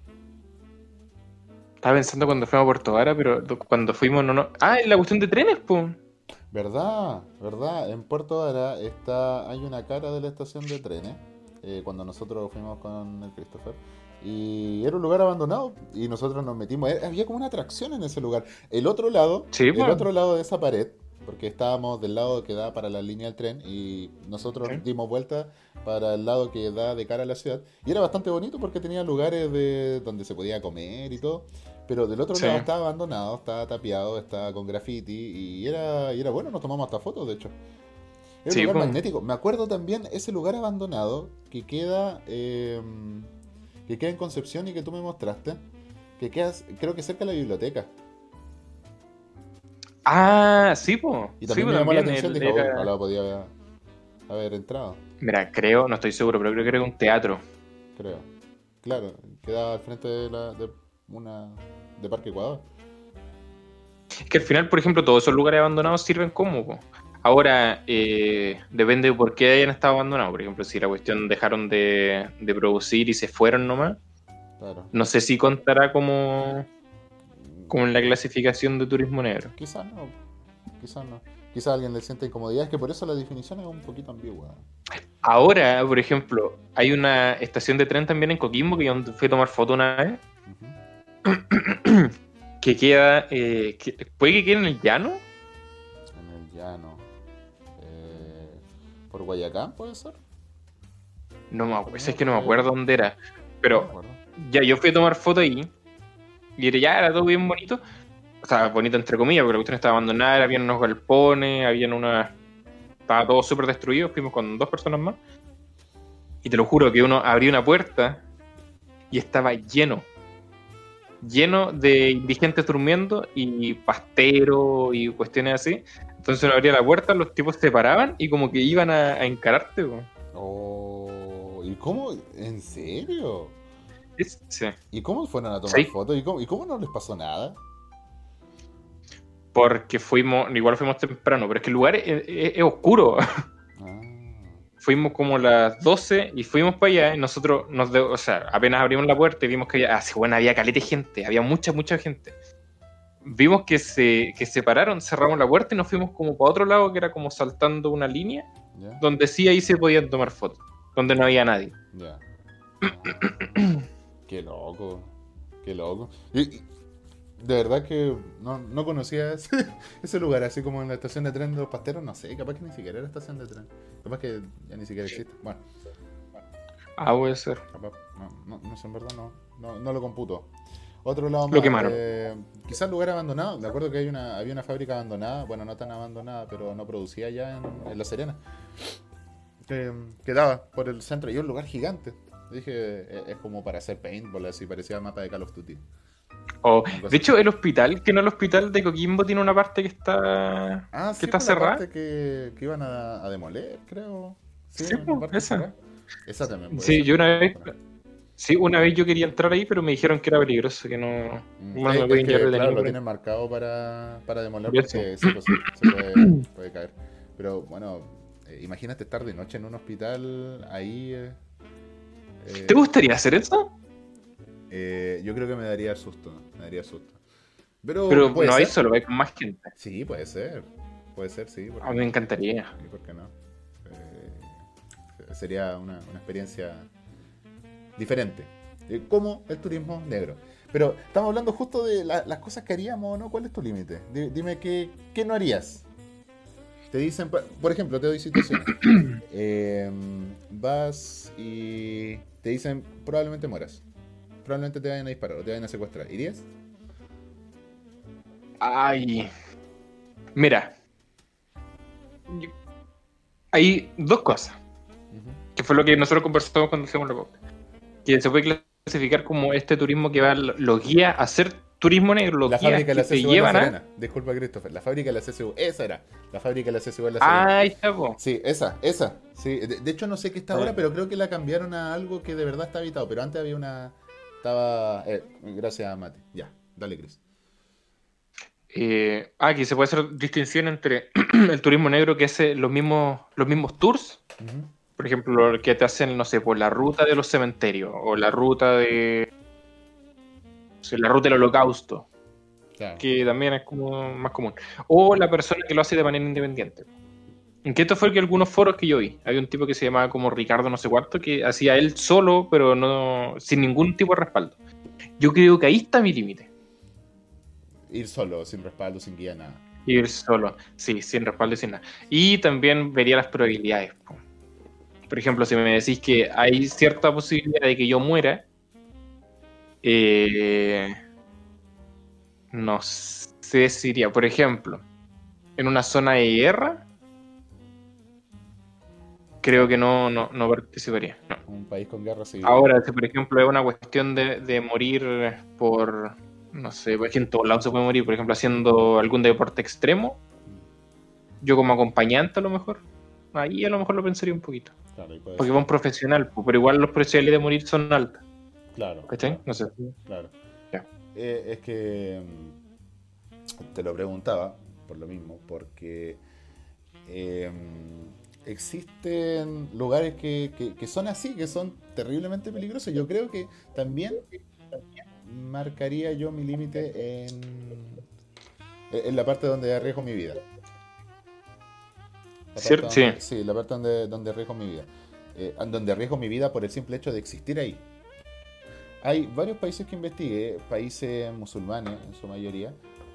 estaba pensando cuando fuimos a Puerto Vara, pero cuando fuimos no. Ah, es la cuestión de trenes, pues. ¿Verdad? ¿Verdad? En Puerto Vara hay una cara de la estación de trenes, cuando nosotros fuimos con el Christopher, y era un lugar abandonado y nosotros nos metimos. Había como una atracción en ese lugar. Sí, El pues. otro lado de esa pared, porque estábamos del lado que da para la línea del tren y nosotros Sí. dimos vuelta para el lado que da de cara a la ciudad. Y era bastante bonito porque tenía lugares donde se podía comer y todo. Pero del otro Sí. lado estaba abandonado, estaba tapiado, estaba con graffiti y era bueno, nos tomamos hasta fotos de hecho. Era un Sí, lugar pues. magnético. Me acuerdo también ese lugar abandonado que queda en Concepción y que tú me mostraste, que queda creo que cerca de la biblioteca. Ah, sí, pues. Y Sí, también pues me llamó la también. atención, dije, oh, Era. ojalá podía haber entrado, Mira, creo, no estoy seguro, pero creo que era un teatro. creo. Claro, quedaba al frente de Parque Ecuador. Es que al final, por ejemplo, todos esos lugares abandonados sirven como, po. Ahora, depende de por qué hayan estado abandonados. Por ejemplo, si la cuestión dejaron de producir y se fueron nomás, Claro. no sé si contará como en la clasificación de turismo negro. Quizás no, quizás no. Quizás a alguien le siente incomodidad, es que por eso la definición es un poquito ambigua. Ahora, por ejemplo, hay una estación de tren también en Coquimbo que yo fui a tomar foto una vez, Ujú. que queda, puede que quede en el llano. En el llano. ¿Por Guayacán puede ser? No me acuerdo, es que no me Creo. acuerdo dónde era, No me pero acuerdo. ya yo fui a tomar foto ahí y era todo bien bonito. O sea, bonito entre comillas, porque la cuestión estaba abandonada, había unos galpones, estaba todo súper destruido, fuimos con 2 personas más. Y te lo juro que uno abrió una puerta y estaba lleno de indigentes durmiendo y pasteros y cuestiones así. Entonces uno abría la puerta, los tipos se paraban y como que iban a encararte, po. Oh, ¿y cómo? ¿En serio? Sí. ¿Y cómo fueron a tomar Sí, fotos? ¿Y cómo no les pasó nada? porque igual fuimos temprano, pero es que el lugar es oscuro. Ah, Fuimos como las 12 y fuimos para allá y nosotros o sea, apenas abrimos la puerta y vimos que había caleta de gente, había mucha gente. vimos que se pararon, cerramos la puerta y nos fuimos como para otro lado, que era como saltando una línea, ¿Ya? donde sí ahí se podían tomar fotos, donde no había nadie. Ya. Qué loco. Qué loco. De verdad que no conocía ese lugar, así como en la estación de tren de los Pasteros, no sé, capaz que ni siquiera era estación de tren. Capaz que ya ni siquiera existe. Bueno, Puede ser. capaz, no sé, en verdad no lo computo. Otro lado Lo más, quemaron. quizás lugar abandonado. Me acuerdo que había una fábrica abandonada, bueno, no tan abandonada, pero no producía ya en La Serena. Que quedaba por el centro y un lugar gigante. Dije, es como para hacer paintball, así parecía mapa de Call of Duty. Una cosa De hecho, así. el hospital, que no el hospital de Coquimbo, tiene una parte que está Ah, que sí, está por la cerrada. parte que iban a demoler, creo. Sí, Sí, una pues, parte esa. cerrada. Esa también, pues, Sí, esa yo también una fue vez, abandonada. sí, una vez yo quería entrar ahí, pero me dijeron que era peligroso, que no, no me Es podían llevar que, claro, detenido lo por ahí. tienen marcado para demoler Por eso. porque sí, pues sí, se puede caer. Pero bueno, imagínate estar de noche en un hospital ahí. ¿Te Eh, gustaría hacer eso? yo creo que me daría susto, me daría susto. Pero Pero puede no hay ser. solo, hay con más gente. Sí, puede ser. Puede ser, sí, ¿por A qué mí me no? encantaría. ¿Y por qué no? Sería una experiencia diferente. Como el turismo negro. Pero estamos hablando justo de las cosas que haríamos, ¿no? ¿Cuál es tu límite? Dime qué no harías. Te dicen, por ejemplo, te doy situaciones. Vas y te dicen, probablemente mueras. Probablemente te vayan a disparar o te vayan a secuestrar. ¿Irías? Ay, mira, yo- hay dos cosas, Ujú. que fue lo que nosotros conversamos cuando hicimos la pauta. Que se puede clasificar como este turismo que va, los guía a hacer turismo negro, los La guías fábrica de que la te CSU en La llevan a... Serena. Disculpa, Christopher. La fábrica de la CSU. Esa era. La fábrica de la CSU en La Serena. Ahí está, po. Sí, esa. Sí. De hecho, no sé qué está ahora, pero creo que la cambiaron a algo que de verdad está habitado. Pero antes había una. Estaba. Gracias, Mati. Ya, dale, Chris. Aquí se puede hacer distinción entre el turismo negro, que es los mismos tours, Ujú. por ejemplo, lo que te hacen, no sé, por la ruta de los cementerios, o la ruta o sea, la ruta del holocausto, Claro. que también es como más común. O la persona que lo hace de manera independiente. En que esto fue que algunos foros que yo vi. Había un tipo que se llamaba como Ricardo no sé cuánto, que hacía él solo, pero no sin ningún tipo de respaldo. Yo creo que ahí está mi límite. Ir solo, sin respaldo, sin guía, nada. Ir solo, sí, sin respaldo y sin nada. Y también vería las probabilidades. Po. Por ejemplo, si me decís que hay cierta posibilidad de que yo muera, eh, no sé si iría. Por ejemplo, en una zona de guerra, creo Claro. que no participaría. No. Un país con guerra civil. Ahora, si por ejemplo es una cuestión de morir por, no sé, porque en todos lados se puede morir, por ejemplo, haciendo algún deporte extremo, yo como acompañante a lo mejor, ahí a lo mejor lo pensaría un poquito. Claro, y puede Porque ser. va un profesional, pero igual los probabilidades de morir son altas. Claro, ¿Cachai? claro, No sé. claro. Ya. Es que te lo preguntaba por lo mismo, porque eh, existen lugares que son así, que son terriblemente peligrosos. Yo creo que también marcaría yo mi límite en la parte donde arriesgo mi vida. La parte ¿Cierto? Sí. donde, sí, la parte donde arriesgo mi vida. Donde arriesgo mi vida por el simple hecho de existir ahí. Hay varios países que investigué, países musulmanes en su mayoría,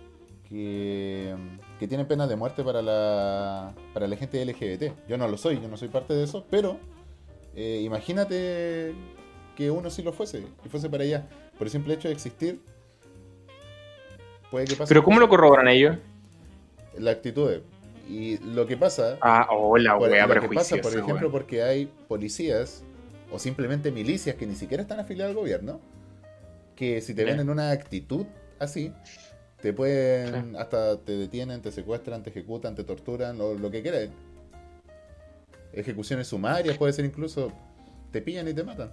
que tienen penas de muerte para la gente LGBT. Yo no soy parte de eso, pero imagínate que uno sí lo fuese, y fuese para allá. Por el simple hecho de existir, puede que pasen Pero ¿cómo lo cosas. corroboran ellos? La actitud. Y lo que pasa, La wea lo que pasa, por prejuiciosa, ejemplo, weón. porque hay policías o simplemente milicias que ni siquiera están afiliadas al gobierno, que si te ven Ya, en una actitud así, te sí. pueden, hasta te detienen, te secuestran, te ejecutan, te torturan, lo que quieras. Ejecuciones sumarias, puede ser incluso, te pillan y te matan.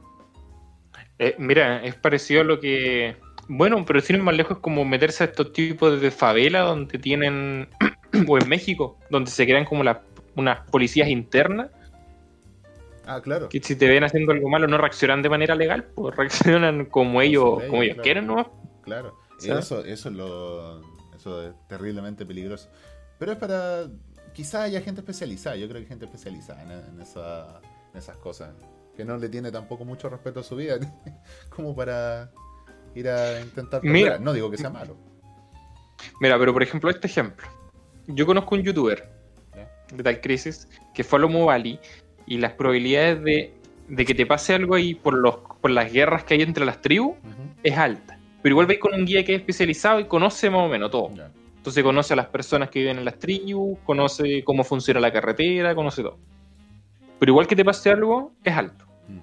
Mira, es parecido a lo que... Bueno, pero sin ir más lejos es como meterse a estos tipos de favela donde tienen... o en México, donde se crean como unas policías internas Ah, claro, que si te ven haciendo algo malo no reaccionan de manera legal, pues reaccionan como con sus ellos leyes, claro, quieren, ¿no? claro. ¿sabes? Eso es terriblemente peligroso. Pero es para... Quizás haya gente especializada, yo creo que hay gente especializada en esas cosas. Que no le tiene tampoco mucho respeto a su vida, como para ir a intentar Mira, torturar. No digo que sea malo. mira, pero por ejemplo, este ejemplo. Yo conozco un youtuber ¿Ya? de tal crisis que fue a Lomo Valley y las probabilidades de que te pase algo ahí por las guerras que hay entre las tribus Ujú. es alta. Pero igual vais con un guía que es especializado y conoce más o menos todo. Ya. Entonces conoce a las personas que viven en las tribus, conoce cómo funciona la carretera, conoce todo. Pero igual que te pase algo, es alto. Ujú.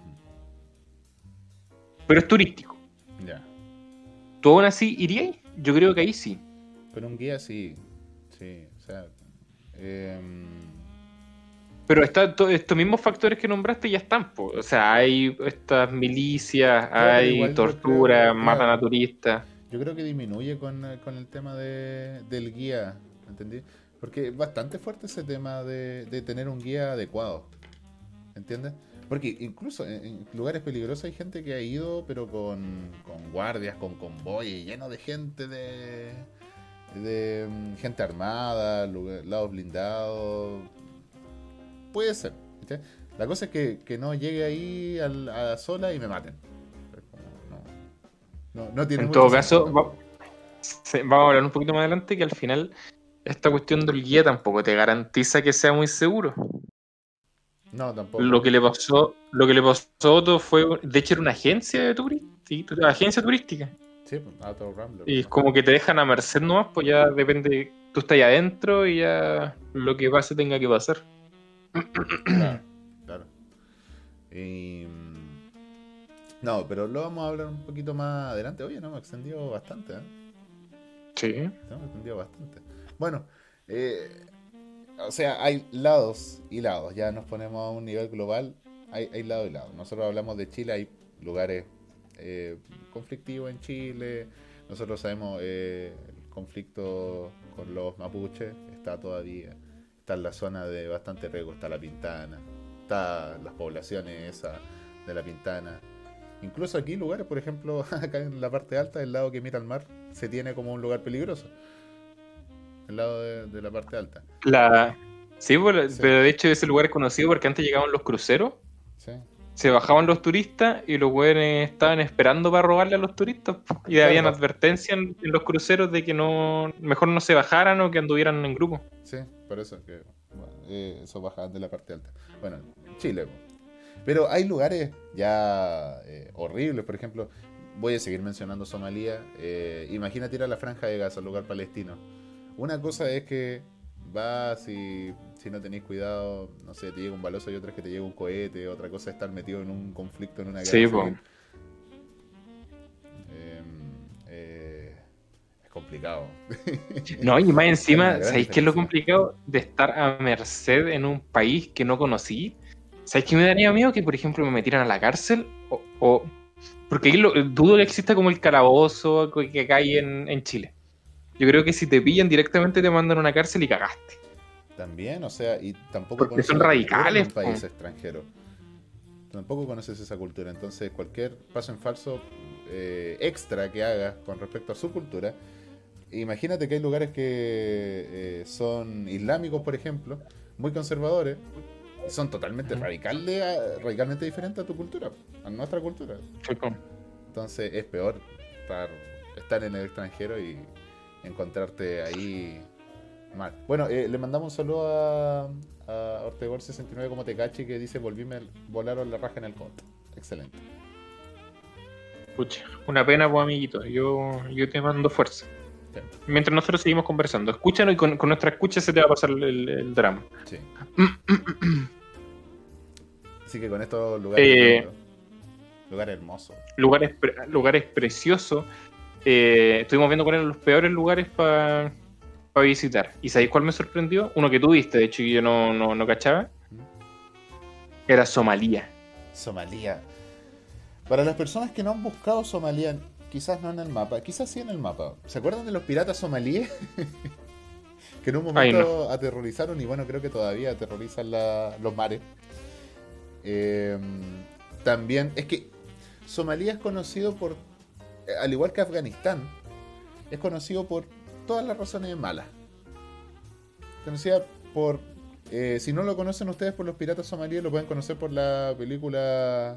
Pero es turístico. Ya. ¿Tú aún así irías? Yo creo que ahí sí. Con un guía sí. Sí, o sea... Pero estos mismos factores que nombraste ya están, po. O sea, hay estas milicias, claro, pero hay igual yo tortura, creo... matan Claro. a turistas. Yo creo que disminuye con el tema del guía, ¿entendí? Porque es bastante fuerte ese tema de tener un guía adecuado, ¿entiendes? Porque incluso en lugares peligrosos hay gente que ha ido, pero con guardias, con convoyes, lleno de gente, de gente armada, lados blindados. Puede ser, ¿viste? La cosa es que no llegue ahí a la sola y me maten. Es como, no tiene En mucho todo sentido caso, tampoco. vamos a hablar un poquito más adelante que al final esta cuestión del guía tampoco te garantiza que sea muy seguro. No, tampoco. Lo que le pasó a Otto fue, de hecho, era una agencia de agencia turística. Sí, pues, Auto Rambler, Y es ¿no? como que te dejan a merced nomás, pues ya depende, tú estás ahí adentro y ya lo que pase tenga que pasar. Claro, claro. Y, no, pero lo vamos a hablar un poquito más adelante. Oye, no, me extendió bastante, ¿eh? Sí. No, me extendió bastante. Bueno, eh, o sea, hay lados y lados. Ya nos ponemos a un nivel global. Hay lado y lado. Nosotros hablamos de Chile, hay lugares conflictivos en Chile. Nosotros sabemos el conflicto con los mapuches está todavía. Está en la zona de bastante riesgo, está la Pintana, está las poblaciones esas de la Pintana. Incluso aquí lugares, por ejemplo, acá en la parte alta, del lado que mira al mar, se tiene como un lugar peligroso. El lado de la parte alta. La... Sí, Sí, pero de hecho ese lugar es conocido porque antes llegaban los cruceros, sí. se bajaban los turistas y los güeyes estaban esperando para robarle a los turistas, po. Y Claro, habían advertencias en los cruceros de que no, mejor no se bajaran o que anduvieran en grupo. sí, por eso que bueno, eso baja de la parte alta. Bueno, Chile. Pero hay lugares ya horribles, por ejemplo, voy a seguir mencionando Somalia. Imagínate ir a la Franja de Gaza, lugar palestino. Una cosa es que vas y si no tenéis cuidado, no sé, te llega un balazo y otra es que te llega un cohete. Otra cosa es estar metido en un conflicto, en una guerra Sí, pues. civil. Eh, eh, es complicado. No, y más Hay una encima, gran ¿sabéis qué es lo diferencia. complicado de estar a merced en un país que no conocí? ¿Sabéis qué me daría miedo? Que, por ejemplo, me metieran a la cárcel porque ahí dudo que exista como el calabozo que acá hay en Chile. Yo creo que si te pillan directamente te mandan a una cárcel y cagaste. También, o sea, y tampoco Porque conoces son la cultura en radicales, un po. país extranjero. Tampoco conoces esa cultura. Entonces, cualquier paso en falso extra que hagas con respecto a su cultura, imagínate que hay lugares que son islámicos, por ejemplo, muy conservadores, y son totalmente Ujú. radicalmente diferentes a tu cultura, a nuestra cultura. Sí, po. Entonces, es peor estar en el extranjero y encontrarte ahí mal. Bueno, le mandamos un saludo a Ortegor69 como Tecachi que dice volaron la raja en el conto. Excelente. Pucha, una pena, pues, amiguito. Yo te mando fuerza. Sí, Mientras nosotros seguimos conversando, escúchanos y con nuestra escucha se te va a pasar el drama. sí. Así que con estos lugares Eh, lindos, lugares hermosos. lugares preciosos. Estuvimos viendo cuáles eran los peores lugares para visitar. ¿Y sabéis cuál me sorprendió? Uno que tú viste, de hecho, que yo no cachaba. ¿Mm? Era Somalia. Somalia. Para las personas que no han buscado Somalia, quizás no en el mapa, quizás sí en el mapa. ¿Se acuerdan de los piratas somalíes? Que en un Ay, no. momento aterrorizaron y bueno, creo que todavía aterrorizan los mares. Eh, también, es que Somalia es conocido por, al igual que Afganistán, es conocido por todas las razones malas. Conocida por... si no lo conocen ustedes por los piratas somalíes, lo pueden conocer por la película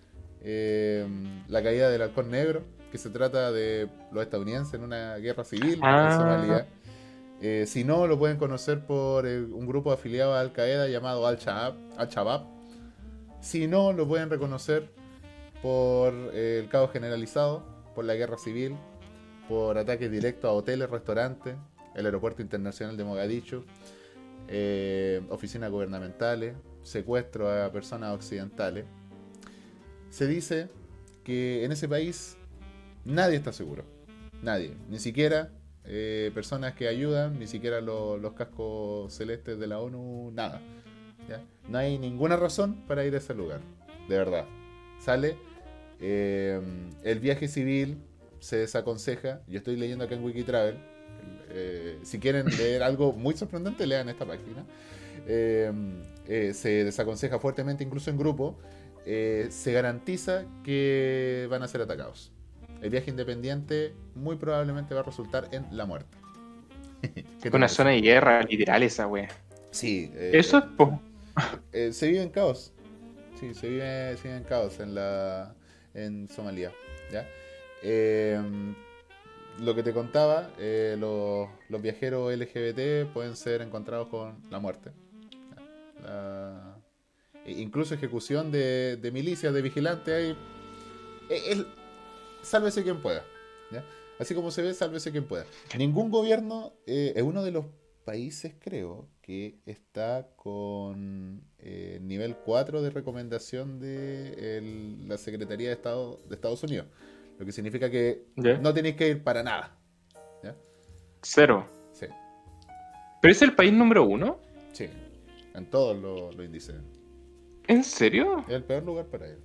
La caída del halcón negro, que se trata de los estadounidenses en una guerra civil en Somalia. Si no, lo pueden conocer por un grupo afiliado a Al Qaeda llamado Al-Shabaab. Si no, lo pueden reconocer por el caos generalizado, por la guerra civil, por ataques directos a hoteles, restaurantes, el aeropuerto internacional de Mogadiscio, oficinas gubernamentales, secuestro a personas occidentales. Se dice que en ese país nadie está seguro. Nadie. Ni siquiera personas que ayudan, ni siquiera los cascos celestes de la ONU, nada. ¿Ya? No hay ninguna razón para ir a ese lugar. De verdad. Sale. El viaje civil se desaconseja. Yo estoy leyendo acá en Wikitravel. Si quieren leer algo muy sorprendente, lean esta página. Se desaconseja fuertemente, incluso en grupo. Se garantiza que van a ser atacados. El viaje independiente muy probablemente va a resultar en la muerte. Una zona de guerra, literal, esa wea. Sí. Eso es po. Se vive en caos. Sí, se vive en caos en Somalia. ¿Ya? Lo que te contaba, los viajeros LGBT pueden ser encontrados con la muerte. Incluso ejecución de milicias, de vigilantes. Sálvese quien pueda. ¿Ya? Así como se ve, sálvese quien pueda. Ningún gobierno es uno de los países, creo, que está con nivel 4 de recomendación de la Secretaría de Estado de Estados Unidos. Lo que significa que no tenéis que ir para nada. ¿Ya? 0. Sí. ¿Pero es el país número 1? Sí. En todos los índices. ¿En serio? Es el peor lugar para ir.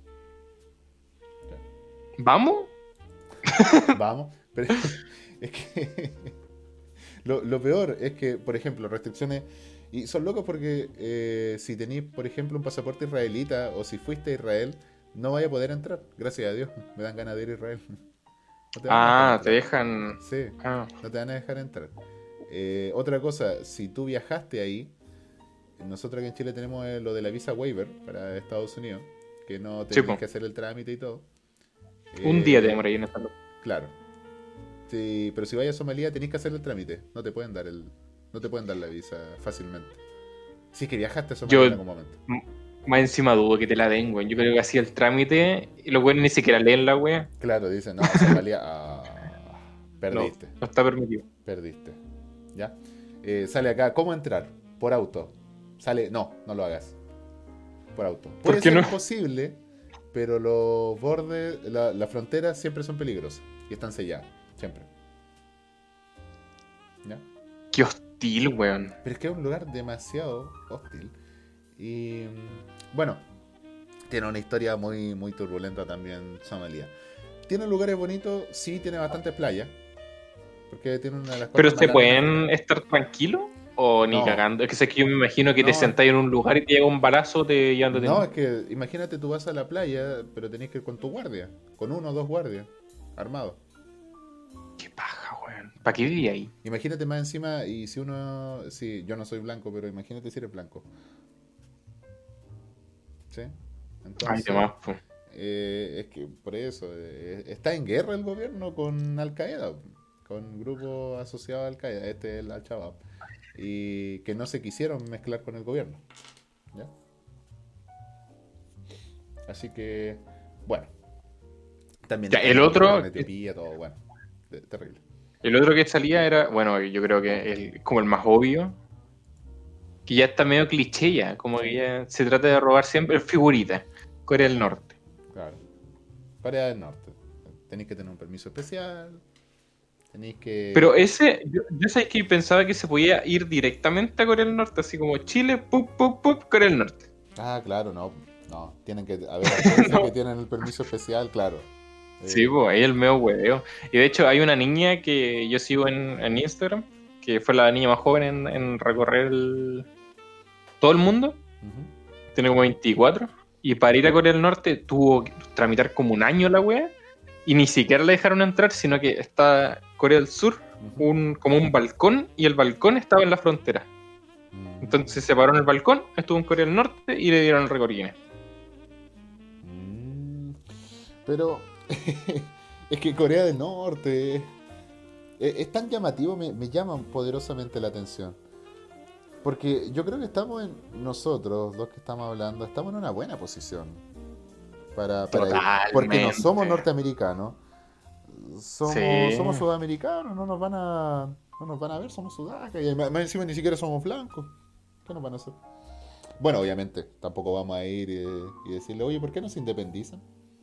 ¿Vamos? Vamos. Pero es que... Lo peor es que, por ejemplo, restricciones... Y son locos porque si tenéis, por ejemplo, un pasaporte israelita o si fuiste a Israel, no vaya a poder entrar. Gracias a Dios. Me dan ganas de ir a Israel. No te dejan... Sí, no te van a dejar entrar. Otra cosa, si tú viajaste ahí, nosotros aquí en Chile tenemos lo de la visa waiver para Estados Unidos, que no tenés que hacer el trámite y todo. Un día te demoras ahí en esta. Claro. Sí, pero si vayas a Somalia tenés que hacer el trámite. No te pueden dar la visa fácilmente. Si es que viajaste a Somalia en algún momento. Más encima dudo que te la den, güey. Yo creo que hacía el trámite y los güeyes ni siquiera leen la wea. Claro, dicen, no, Somalia, perdiste. No está permitido. Perdiste. ¿Ya? Sale acá, ¿cómo entrar? Por auto. Sale, no lo hagas. Por auto. Puede ser posible, pero los bordes, las fronteras siempre son peligrosas y están selladas, siempre. ¿Ya? Qué hostil, weón. Pero es que es un lugar demasiado hostil. Y bueno, tiene una historia muy, muy turbulenta también Somalia. ¿Tiene lugares bonitos? Sí, tiene bastantes playas. Porque tiene una de las cosas. ¿Pero se pueden estar tranquilos? ¿O ni cagando? Es que yo me imagino que te sentáis en un lugar y te llega un balazo te llevándote. No, es que imagínate, tú vas a la playa, pero tenés que ir con tu guardia. Con 1 o 2 guardias armados. Qué paja, weón. ¿Para qué vivía ahí? Imagínate más encima, y si uno... Sí, yo no soy blanco, pero imagínate si eres blanco. ¿Sí? Entonces, pues. Es que por eso, está en guerra el gobierno con Al Qaeda, con grupos asociados a Al Qaeda, este es el Al-Shabaab, y que no se quisieron mezclar con el gobierno. ¿Ya? Así que, bueno. También ya, el otro... Etiopía, todo, bueno, terrible. El otro que salía era, bueno, yo creo que como el más obvio, que ya está medio cliché ya, como que ya se trata de robar siempre figuritas. Corea del Norte. Claro. Corea del Norte. Tenéis que tener un permiso especial. Tenéis que... Pero ese, yo sabía que pensaba que se podía ir directamente a Corea del Norte, así como Chile, Corea del Norte. Ah, claro, no. Tienen que haber agencias que tienen el permiso especial, claro. Sí, pues ahí el medio hueveo. Y de hecho hay una niña que yo sigo en Instagram, que fue la niña más joven en recorrer todo el mundo. Tiene como 24. Y para ir a Corea del Norte tuvo que tramitar como un año la wea. y ni siquiera la dejaron entrar, sino que está Corea del Sur, Ujú. como un balcón, y el balcón estaba en la frontera. Entonces se paró en el balcón, estuvo en Corea del Norte y le dieron el récord Guinness. Mm. Pero es que Corea del Norte es tan llamativo, me llama poderosamente la atención. Porque yo creo que estamos en, nosotros, los que estamos hablando, estamos en una buena posición para ir. Porque no somos Totalmente. norteamericanos, somos Sí. sudamericanos, no nos van a ver, somos sudacas. Y más encima ni siquiera somos blancos. ¿Qué nos van a hacer? Bueno, obviamente, tampoco vamos a ir y decirle, oye, ¿por qué no se independizan?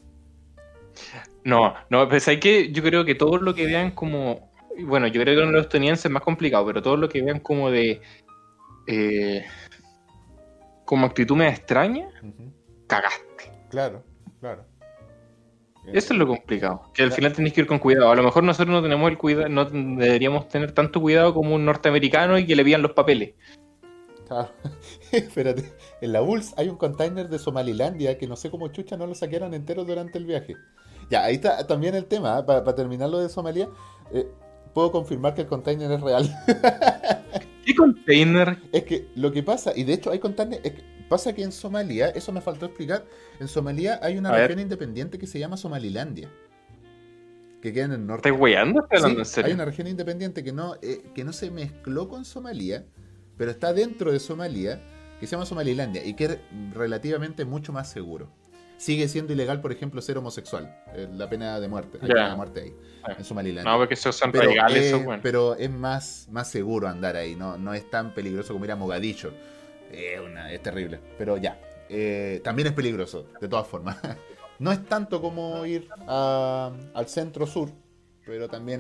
No, no, pues hay que, yo creo que todo lo que vean como, bueno, yo creo que en los estadounidenses es más complicado, pero todo lo que vean como de, eh, como actitud media extraña, Ujú. cagaste. Claro, claro. Eso es Eh, lo complicado, que al la- final tenéis que ir con cuidado. A lo mejor nosotros no tenemos el cuidado, no deberíamos tener tanto cuidado como un norteamericano y que le pidan los papeles. claro. Espérate, en la ULS hay un container de Somalilandia que no sé cómo chucha no lo saquearon entero durante el viaje. Ya, ahí está también el tema, ¿eh? Para terminar lo de Somalia, eh, puedo confirmar que el container es real. ¿Qué container? Es que lo que pasa, y de hecho hay containers, pasa que en Somalia, eso me faltó explicar, en Somalia hay una A ver, región independiente que se llama Somalilandia, que queda en el ¿estás norte. weyando? ¿Estás hablando en Sí, hay serio? una región independiente que no se mezcló con Somalia, pero está dentro de Somalia, que se llama Somalilandia y que es relativamente mucho más seguro. Sigue siendo ilegal, por ejemplo, ser homosexual. La pena de muerte. Hay pena de Ya. muerte ahí, en No, Somalilandia. porque esos son Pero radicales, eso, es, bueno. pero es más seguro andar ahí. No es tan peligroso como ir a Mogadiscio. Es terrible. Pero ya. También es peligroso, de todas formas. No es tanto como ir al centro sur, pero también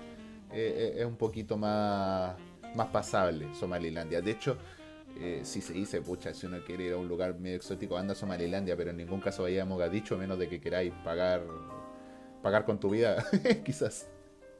es un poquito más pasable Somalilandia. De hecho, si se dice, pucha, si uno quiere ir a un lugar medio exótico, anda a Somalilandia, pero en ningún caso vaya a Mogadiscio, a menos de que queráis pagar con tu vida, quizás.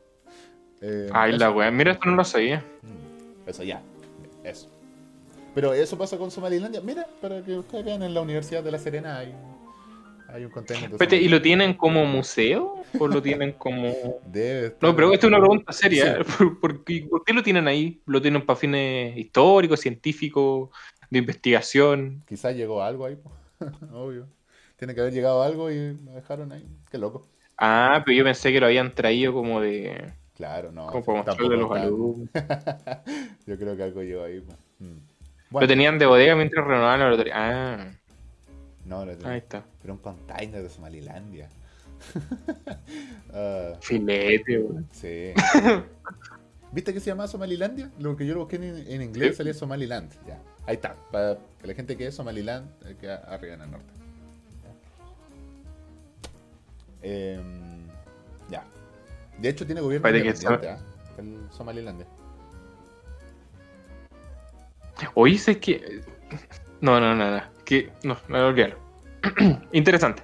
Ay, la Eso. wea, mira, esto no lo sabía. Eso ya, eso. Pero eso pasa con Somalilandia. Mira, para que ustedes vean, en la Universidad de La Serena hay un container de Espérate, ¿y lo Somalilandia. tienen como museo? ¿O lo tienen como...? Debe No, estar pero esta es una pregunta seria. Sí, ¿Por qué lo tienen ahí? ¿Lo tienen para fines históricos, científicos, de investigación? quizás llegó algo ahí, po. Obvio. Tiene que haber llegado algo y lo dejaron ahí. Qué loco. Ah, pero yo pensé que lo habían traído como de... Claro, no, como para mostrarle a tampoco los están. alumnos. Yo creo que algo llegó ahí, po. Lo Bueno, tenían de bodega mientras renovaban la laboratorio. no, lo Ahí tenía. está. Pero un container de Somalilandia. Ah, Filete, weón. sí. ¿Viste que se llama Somalilandia? Lo que yo lo busqué en inglés Sí. salía Somaliland. Ya. Ahí está. Para que la gente que es Somaliland queda arriba en el norte. Ya. De hecho tiene gobierno Espérate que independiente, ¿ah? El Somalilandia. Oye, sé que... No, no, nada. Que... No, no, olvídalo. Interesante.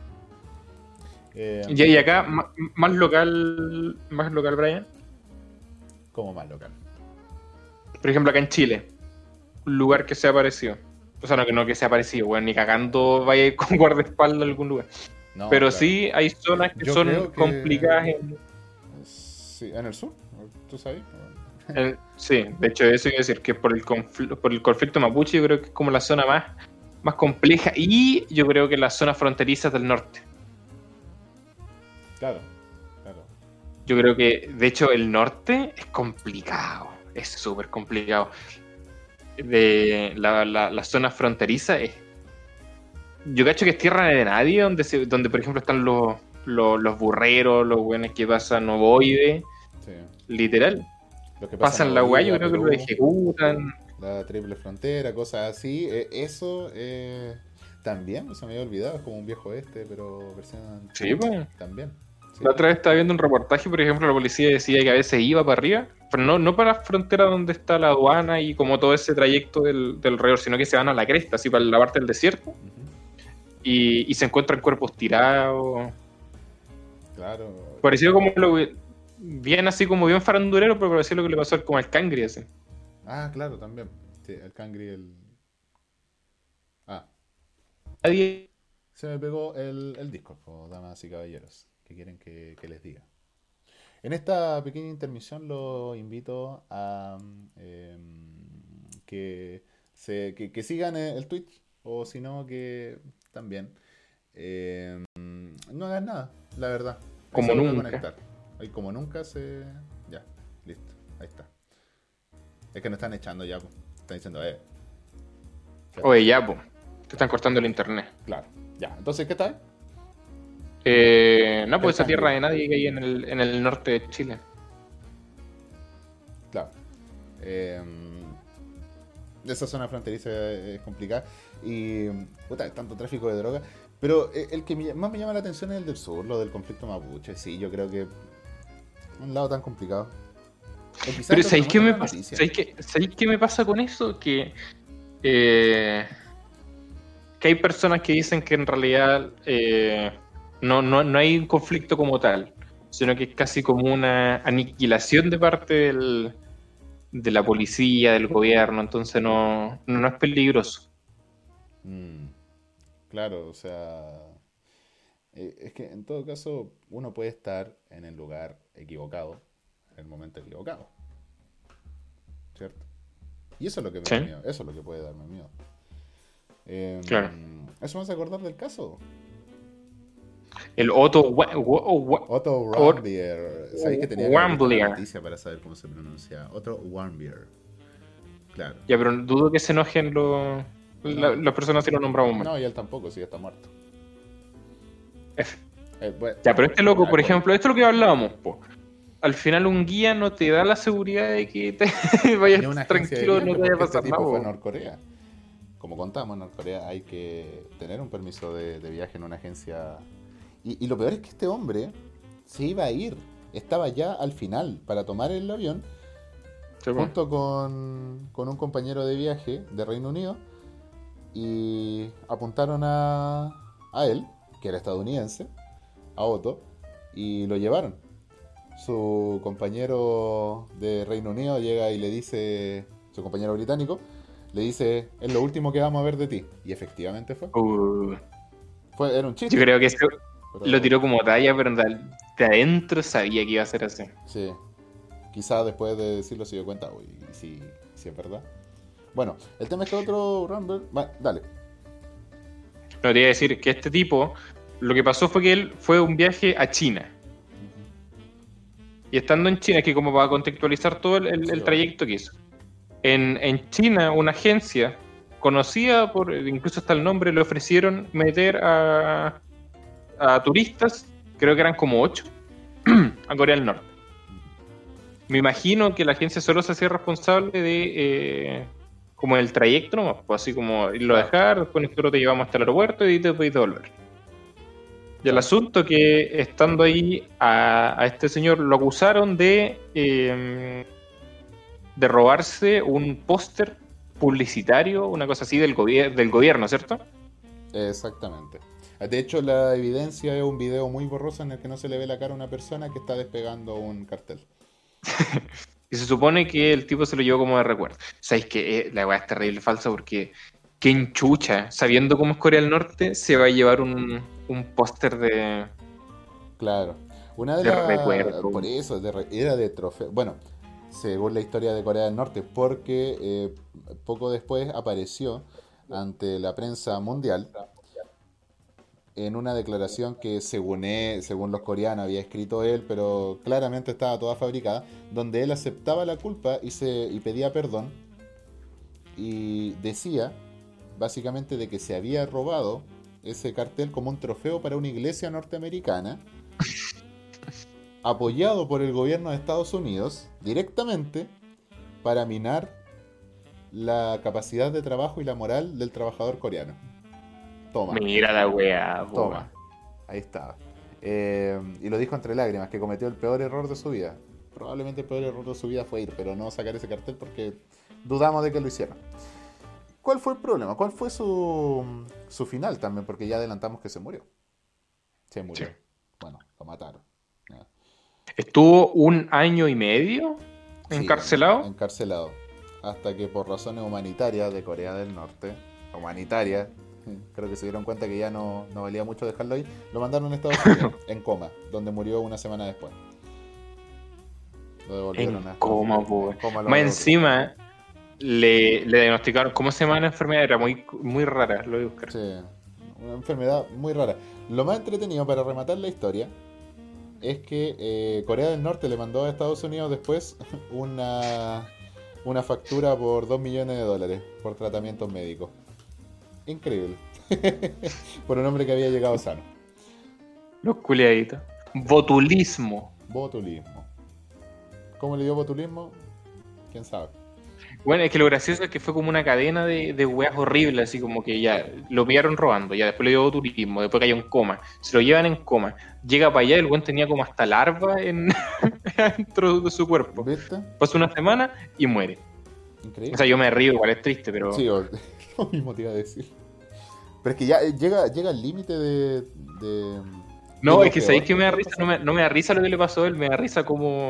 Y ¿Qué? acá, más local, Brian. Como más local. Por ejemplo, acá en Chile, un lugar que sea parecido. O sea, no que sea parecido, weón, ni cagando vaya a ir con guardaespaldas a algún lugar. No, Pero claro. sí hay zonas que Yo son creo que complicadas. sí, en el sur, ¿tú sabes? Sí, de hecho, eso iba a decir, que por el conflicto mapuche, yo creo que es como la zona más compleja. Y yo creo que las zonas fronterizas del norte. Claro, claro. Yo creo que, de hecho, el norte es complicado. Es súper complicado. De la zona fronteriza es. Yo cacho que es tierra de nadie, donde por ejemplo están los burreros, los buenos que pasan ovoide, Sí. literal. Los que pasan a Pasan la weá, yo Bolivia, a creo que lo Perú, ejecutan. la triple frontera, cosas así. Eso también, se me había olvidado, es como un viejo este, pero versión Sí, chilena. pues. También. Sí. La otra vez estaba viendo un reportaje, por ejemplo, la policía decía que a veces iba para arriba, pero no para la frontera donde está la aduana y como todo ese trayecto del alrededor, sino que se van a la cresta, así para la parte del desierto, Ujú. y se encuentran cuerpos tirados. Claro. Parecido como bien así como bien farandulero, pero parecía lo que le pasó como al Cangri, así. Ah, claro, también. Sí, el cangri, el. Ah, Nadie. se me pegó el Discord, po, damas y caballeros. ¿Qué quieren que les diga? En esta pequeña intermisión los invito a que sigan el Twitch, o si no, que también no hagan nada, la verdad. Ahí se Como vuelve a nunca. conectar. Ahí como nunca se... Ya, listo, ahí está. Es que nos están echando ya, po. Están diciendo, ¿cierto? Oye, ya, po. Te están cortando el internet. Claro, ya. Entonces, ¿qué tal? No, pues esa cambio. tierra de nadie que hay en el norte de Chile. Claro. Esa zona fronteriza es complicada y puta, tanto tráfico de droga. Pero el que más me llama la atención es el del sur, lo del conflicto mapuche. Sí, yo creo que un lado tan complicado. O quizás Pero lo que ¿sabéis qué muestra me la pasa? noticia. ¿Sabéis qué me pasa con eso? Que hay personas que dicen que en realidad no hay un conflicto como tal, sino que es casi como una aniquilación de parte de la policía, del gobierno, entonces no es peligroso. Mm, claro, o sea, es que en todo caso uno puede estar en el lugar equivocado, en el momento equivocado, ¿cierto? Y eso es lo que me Sí, da miedo, eso es lo que puede darme miedo. claro. Eso me hace acordar del caso. El Otto Or- Warmbier. Sabéis que tenía que haber visto la Wamblier. noticia para saber cómo se pronuncia. Otto Warmbier. Claro. Ya, pero dudo que se enojen No, las personas si lo nombramos mal. no, y él tampoco, sí, está muerto. F. Bueno, Ya, pero este loco, ya, por ejemplo, esto es lo que hablábamos, po. Al final un guía no te da la seguridad de que te ni una vayas agencia de tranquilo, no viaje, te vaya a porque este pasar nada, tipo fue a po. Norcorea. Como contamos, en Norcorea hay que tener un permiso de viaje en una agencia. Y lo peor es que este hombre se iba a ir. Estaba ya al final para tomar el avión Sí, po. junto con un compañero de viaje de Reino Unido y apuntaron a él, que era estadounidense, a Otto, y lo llevaron. Su compañero de Reino Unido llega y le dice, su compañero británico, le dice, es lo último que vamos a ver de ti. Y efectivamente fue. Uh, Era un yo chiste, creo que eso lo pero tiró como talla, pero de adentro sabía que iba a ser así. sí. Quizás después de decirlo se dio cuenta, uy, sí, sí es verdad. Bueno, el tema es que otro Rumble... dale. No te iba a decir que este tipo, lo que pasó fue que él fue un viaje a China. Y estando en China, que como para contextualizar todo Sí, el obvio. trayecto que hizo. En China, una agencia conocida por, incluso hasta el nombre, le ofrecieron meter a turistas, creo que eran como 8, a Corea del Norte. Me imagino que la agencia solo se hacía responsable de como el trayecto nomás, pues así como irlo a Claro, dejar, después nosotros te llevamos hasta el aeropuerto y te podéis devolver. Y el claro. asunto que estando ahí a este señor lo acusaron de robarse un póster publicitario, una cosa así del gobierno, ¿cierto? Exactamente. De hecho, la evidencia es un video muy borroso en el que no se le ve la cara a una persona que está despegando un cartel. Y se supone que el tipo se lo llevó como de recuerdo. ¿Sabéis que la weá es terrible falsa? Porque qué enchucha, sabiendo cómo es Corea del Norte, se va a llevar un póster Claro. Una de de las... Por recuerdo. eso, era de trofeo. Bueno, según la historia de Corea del Norte, porque poco después apareció ante la prensa mundial en una declaración que según los coreanos había escrito él, pero claramente estaba toda fabricada, donde él aceptaba la culpa y pedía perdón y decía básicamente de que se había robado ese cartel como un trofeo para una iglesia norteamericana apoyado por el gobierno de Estados Unidos directamente para minar la capacidad de trabajo y la moral del trabajador coreano. Toma, Mira la weá, po. toma. Ahí estaba. Y lo dijo entre lágrimas, que cometió el peor error de su vida. Probablemente el peor error de su vida fue ir, pero no sacar ese cartel porque dudamos de que lo hiciera. ¿Cuál fue el problema? ¿Cuál fue su final también? Porque ya adelantamos que se murió. Se Sí. murió. Bueno, lo mataron. Ya. Estuvo 1 año y medio Sí, encarcelado. encarcelado. Hasta que por razones humanitarias de Corea del Norte, humanitarias, Creo que se dieron cuenta que ya no valía mucho dejarlo ahí. Lo mandaron a Estados Unidos, en coma, donde murió una semana después. Lo devolvieron En a Estados coma, Unidos. po. En coma Más encima, le diagnosticaron, ¿cómo se llama la enfermedad? Era muy rara, lo voy a buscar. Sí, una enfermedad muy rara. Lo más entretenido para rematar la historia es que Corea del Norte le mandó a Estados Unidos después una factura por $2 millones por tratamientos médicos. Increíble. Por un hombre que había llegado sano. Los culiaditos. Botulismo. Botulismo. ¿Cómo le dio botulismo? ¿Quién sabe? Bueno, es que lo gracioso es que fue como una cadena de weas horribles, así como que ya lo pillaron robando, ya después le dio botulismo, después cayó en coma, se lo llevan en coma, llega para allá, el buen tenía como hasta larva dentro de su cuerpo. ¿Viste? Pasa una semana y muere. Increíble. O sea, yo me río, igual es triste, pero... Sí, lo mismo te iba a decir. Pero es que ya llega al límite de No, lo es que peor sabéis que me da puede risa, pasar. no me da risa lo que le pasó a él, me da risa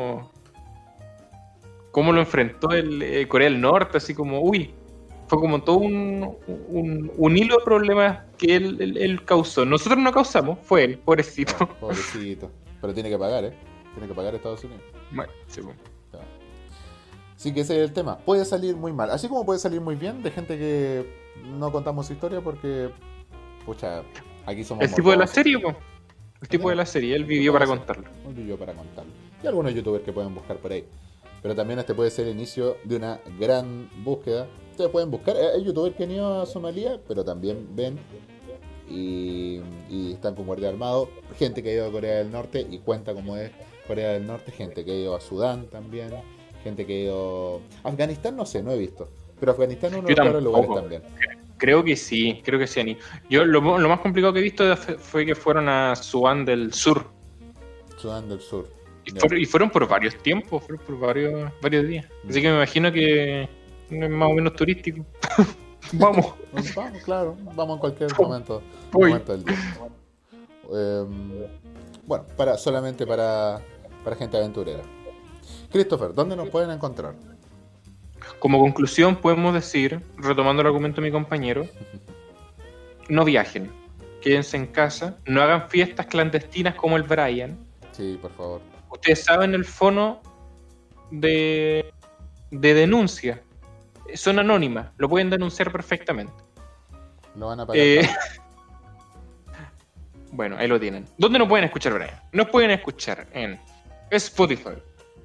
cómo lo enfrentó el Corea del Norte, así como, uy, fue como todo un hilo de problemas que él causó. Nosotros no causamos, fue él, pobrecito. No, pobrecito. Pero tiene que pagar, ¿eh? Tiene que pagar Estados Unidos. Bueno, sí, bueno. Claro. Sí que ese es el tema. Puede salir muy mal. Así como puede salir muy bien de gente que no contamos su historia porque, pucha, aquí somos El tipo de la morbosos. serie, pues. El tipo de la serie, él vivió para contarlo. Un video para contarlo. Y algunos youtubers que pueden buscar por ahí. Pero también este puede ser el inicio de una gran búsqueda. Ustedes pueden buscar. Hay youtubers que han ido a Somalia, pero también ven y están con guardia armado. Gente que ha ido a Corea del Norte y cuenta cómo es Corea del Norte. Gente que ha ido a Sudán también. Gente que ha ido... Afganistán no sé, no he visto. Pero Afganistán es uno de los peores lugares también. Creo que sí, Ani. Yo lo más complicado que he visto fue que fueron a Sudán del Sur. Sudán del Sur. Y fueron por varios tiempos, fueron por varios días. Así que me imagino que es más o menos turístico. Vamos. Vamos, claro. Vamos en cualquier momento del día. Bueno, solamente para gente aventurera. Christopher, ¿dónde nos pueden encontrar? Como conclusión podemos decir, retomando el argumento de mi compañero, no viajen, quédense en casa, no hagan fiestas clandestinas como el Brian. Sí, por favor. Ustedes saben el fono de denuncia. Son anónimas, lo pueden denunciar perfectamente. Lo van a pagar. Bueno, ahí lo tienen. ¿Dónde nos pueden escuchar, Brian? Nos pueden escuchar en Spotify,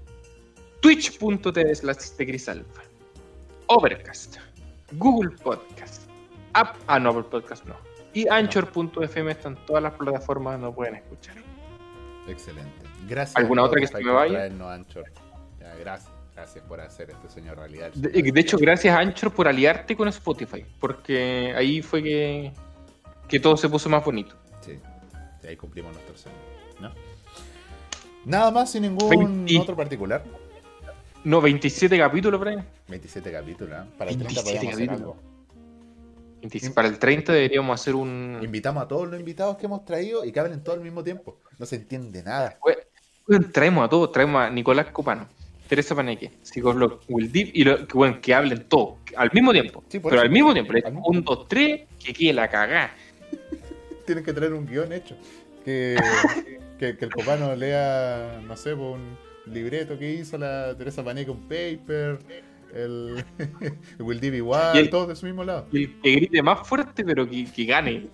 twitch.tv/TheChrisAlpha, Overcast, Google Podcast, no, Apple Podcast no. Y Anchor.fm están todas las plataformas donde nos pueden escuchar. Excelente. Gracias. ¿Alguna otra que se me vaya? Anchor. Ya, gracias por hacer este sueño realidad. De hecho, gracias Anchor por aliarte con Spotify, porque ahí fue que todo se puso más bonito. Sí, ahí cumplimos nuestro sueño, ¿no? Nada más, sin ningún otro particular. No, 27 capítulos, Brian. 27 capítulos, ¿eh? Para el 30 podríamos hacer algo. Para el 30 deberíamos hacer un... Invitamos a todos los invitados que hemos traído y que hablen todo al mismo tiempo. No se entiende nada. Traemos a todos, traemos a Nicolás Copano, Teresa Paneque, Psicolog, Will Deep, y que hablen todos al mismo tiempo. Sí, pero al mismo tiempo. 1, 2, 3, que quede la cagá. Tienes que traer un guión hecho. Que el Copano lea, no sé, un libreto que hizo la Teresa Paneque, un paper, el Will Deep igual, todos de su mismo lado. Y el que grite más fuerte, pero que gane.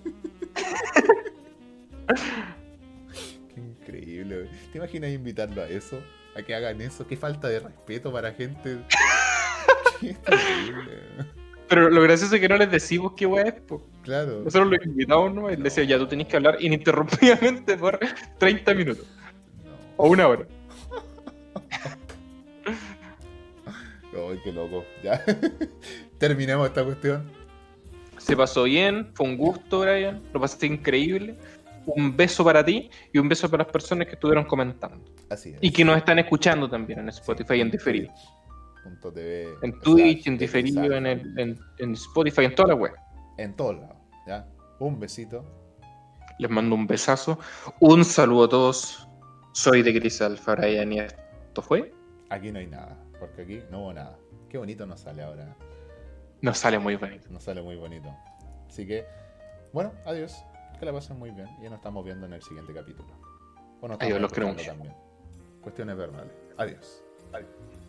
Qué increíble. ¿Te imaginas invitarlo a eso? A que hagan eso. Qué falta de respeto para gente. Qué increíble. Pero lo gracioso es que no les decimos qué weá es, po. Claro. Nosotros los invitamos, ¿no? Y les decía, ya tú tenés que hablar ininterrumpidamente por 30 minutos. No. O 1 hora. Ay, qué loco. Ya. Terminemos esta cuestión. Se pasó bien, fue un gusto, Brian. Lo pasaste increíble. Un beso para ti y un beso para las personas que estuvieron comentando. Así es. Y que nos están escuchando también en Spotify, sí, en diferido. TV, en Twitch, en diferido, en Spotify, en toda la web. En todos lados, ¿ya? Un besito. Les mando un besazo. Un saludo a todos. Soy de Chris Alpha, Brian, y esto fue... Aquí no hay nada, porque aquí no hubo nada. Qué bonito nos sale ahora. Nos sale muy bonito. Nos sale muy bonito. Así que Bueno, adiós. Que la pasen muy bien. Y nos estamos viendo en el siguiente capítulo. O nos Adiós, estamos los quiero escuchando mucho. también. Cuestiones verbales. Adiós. Adiós.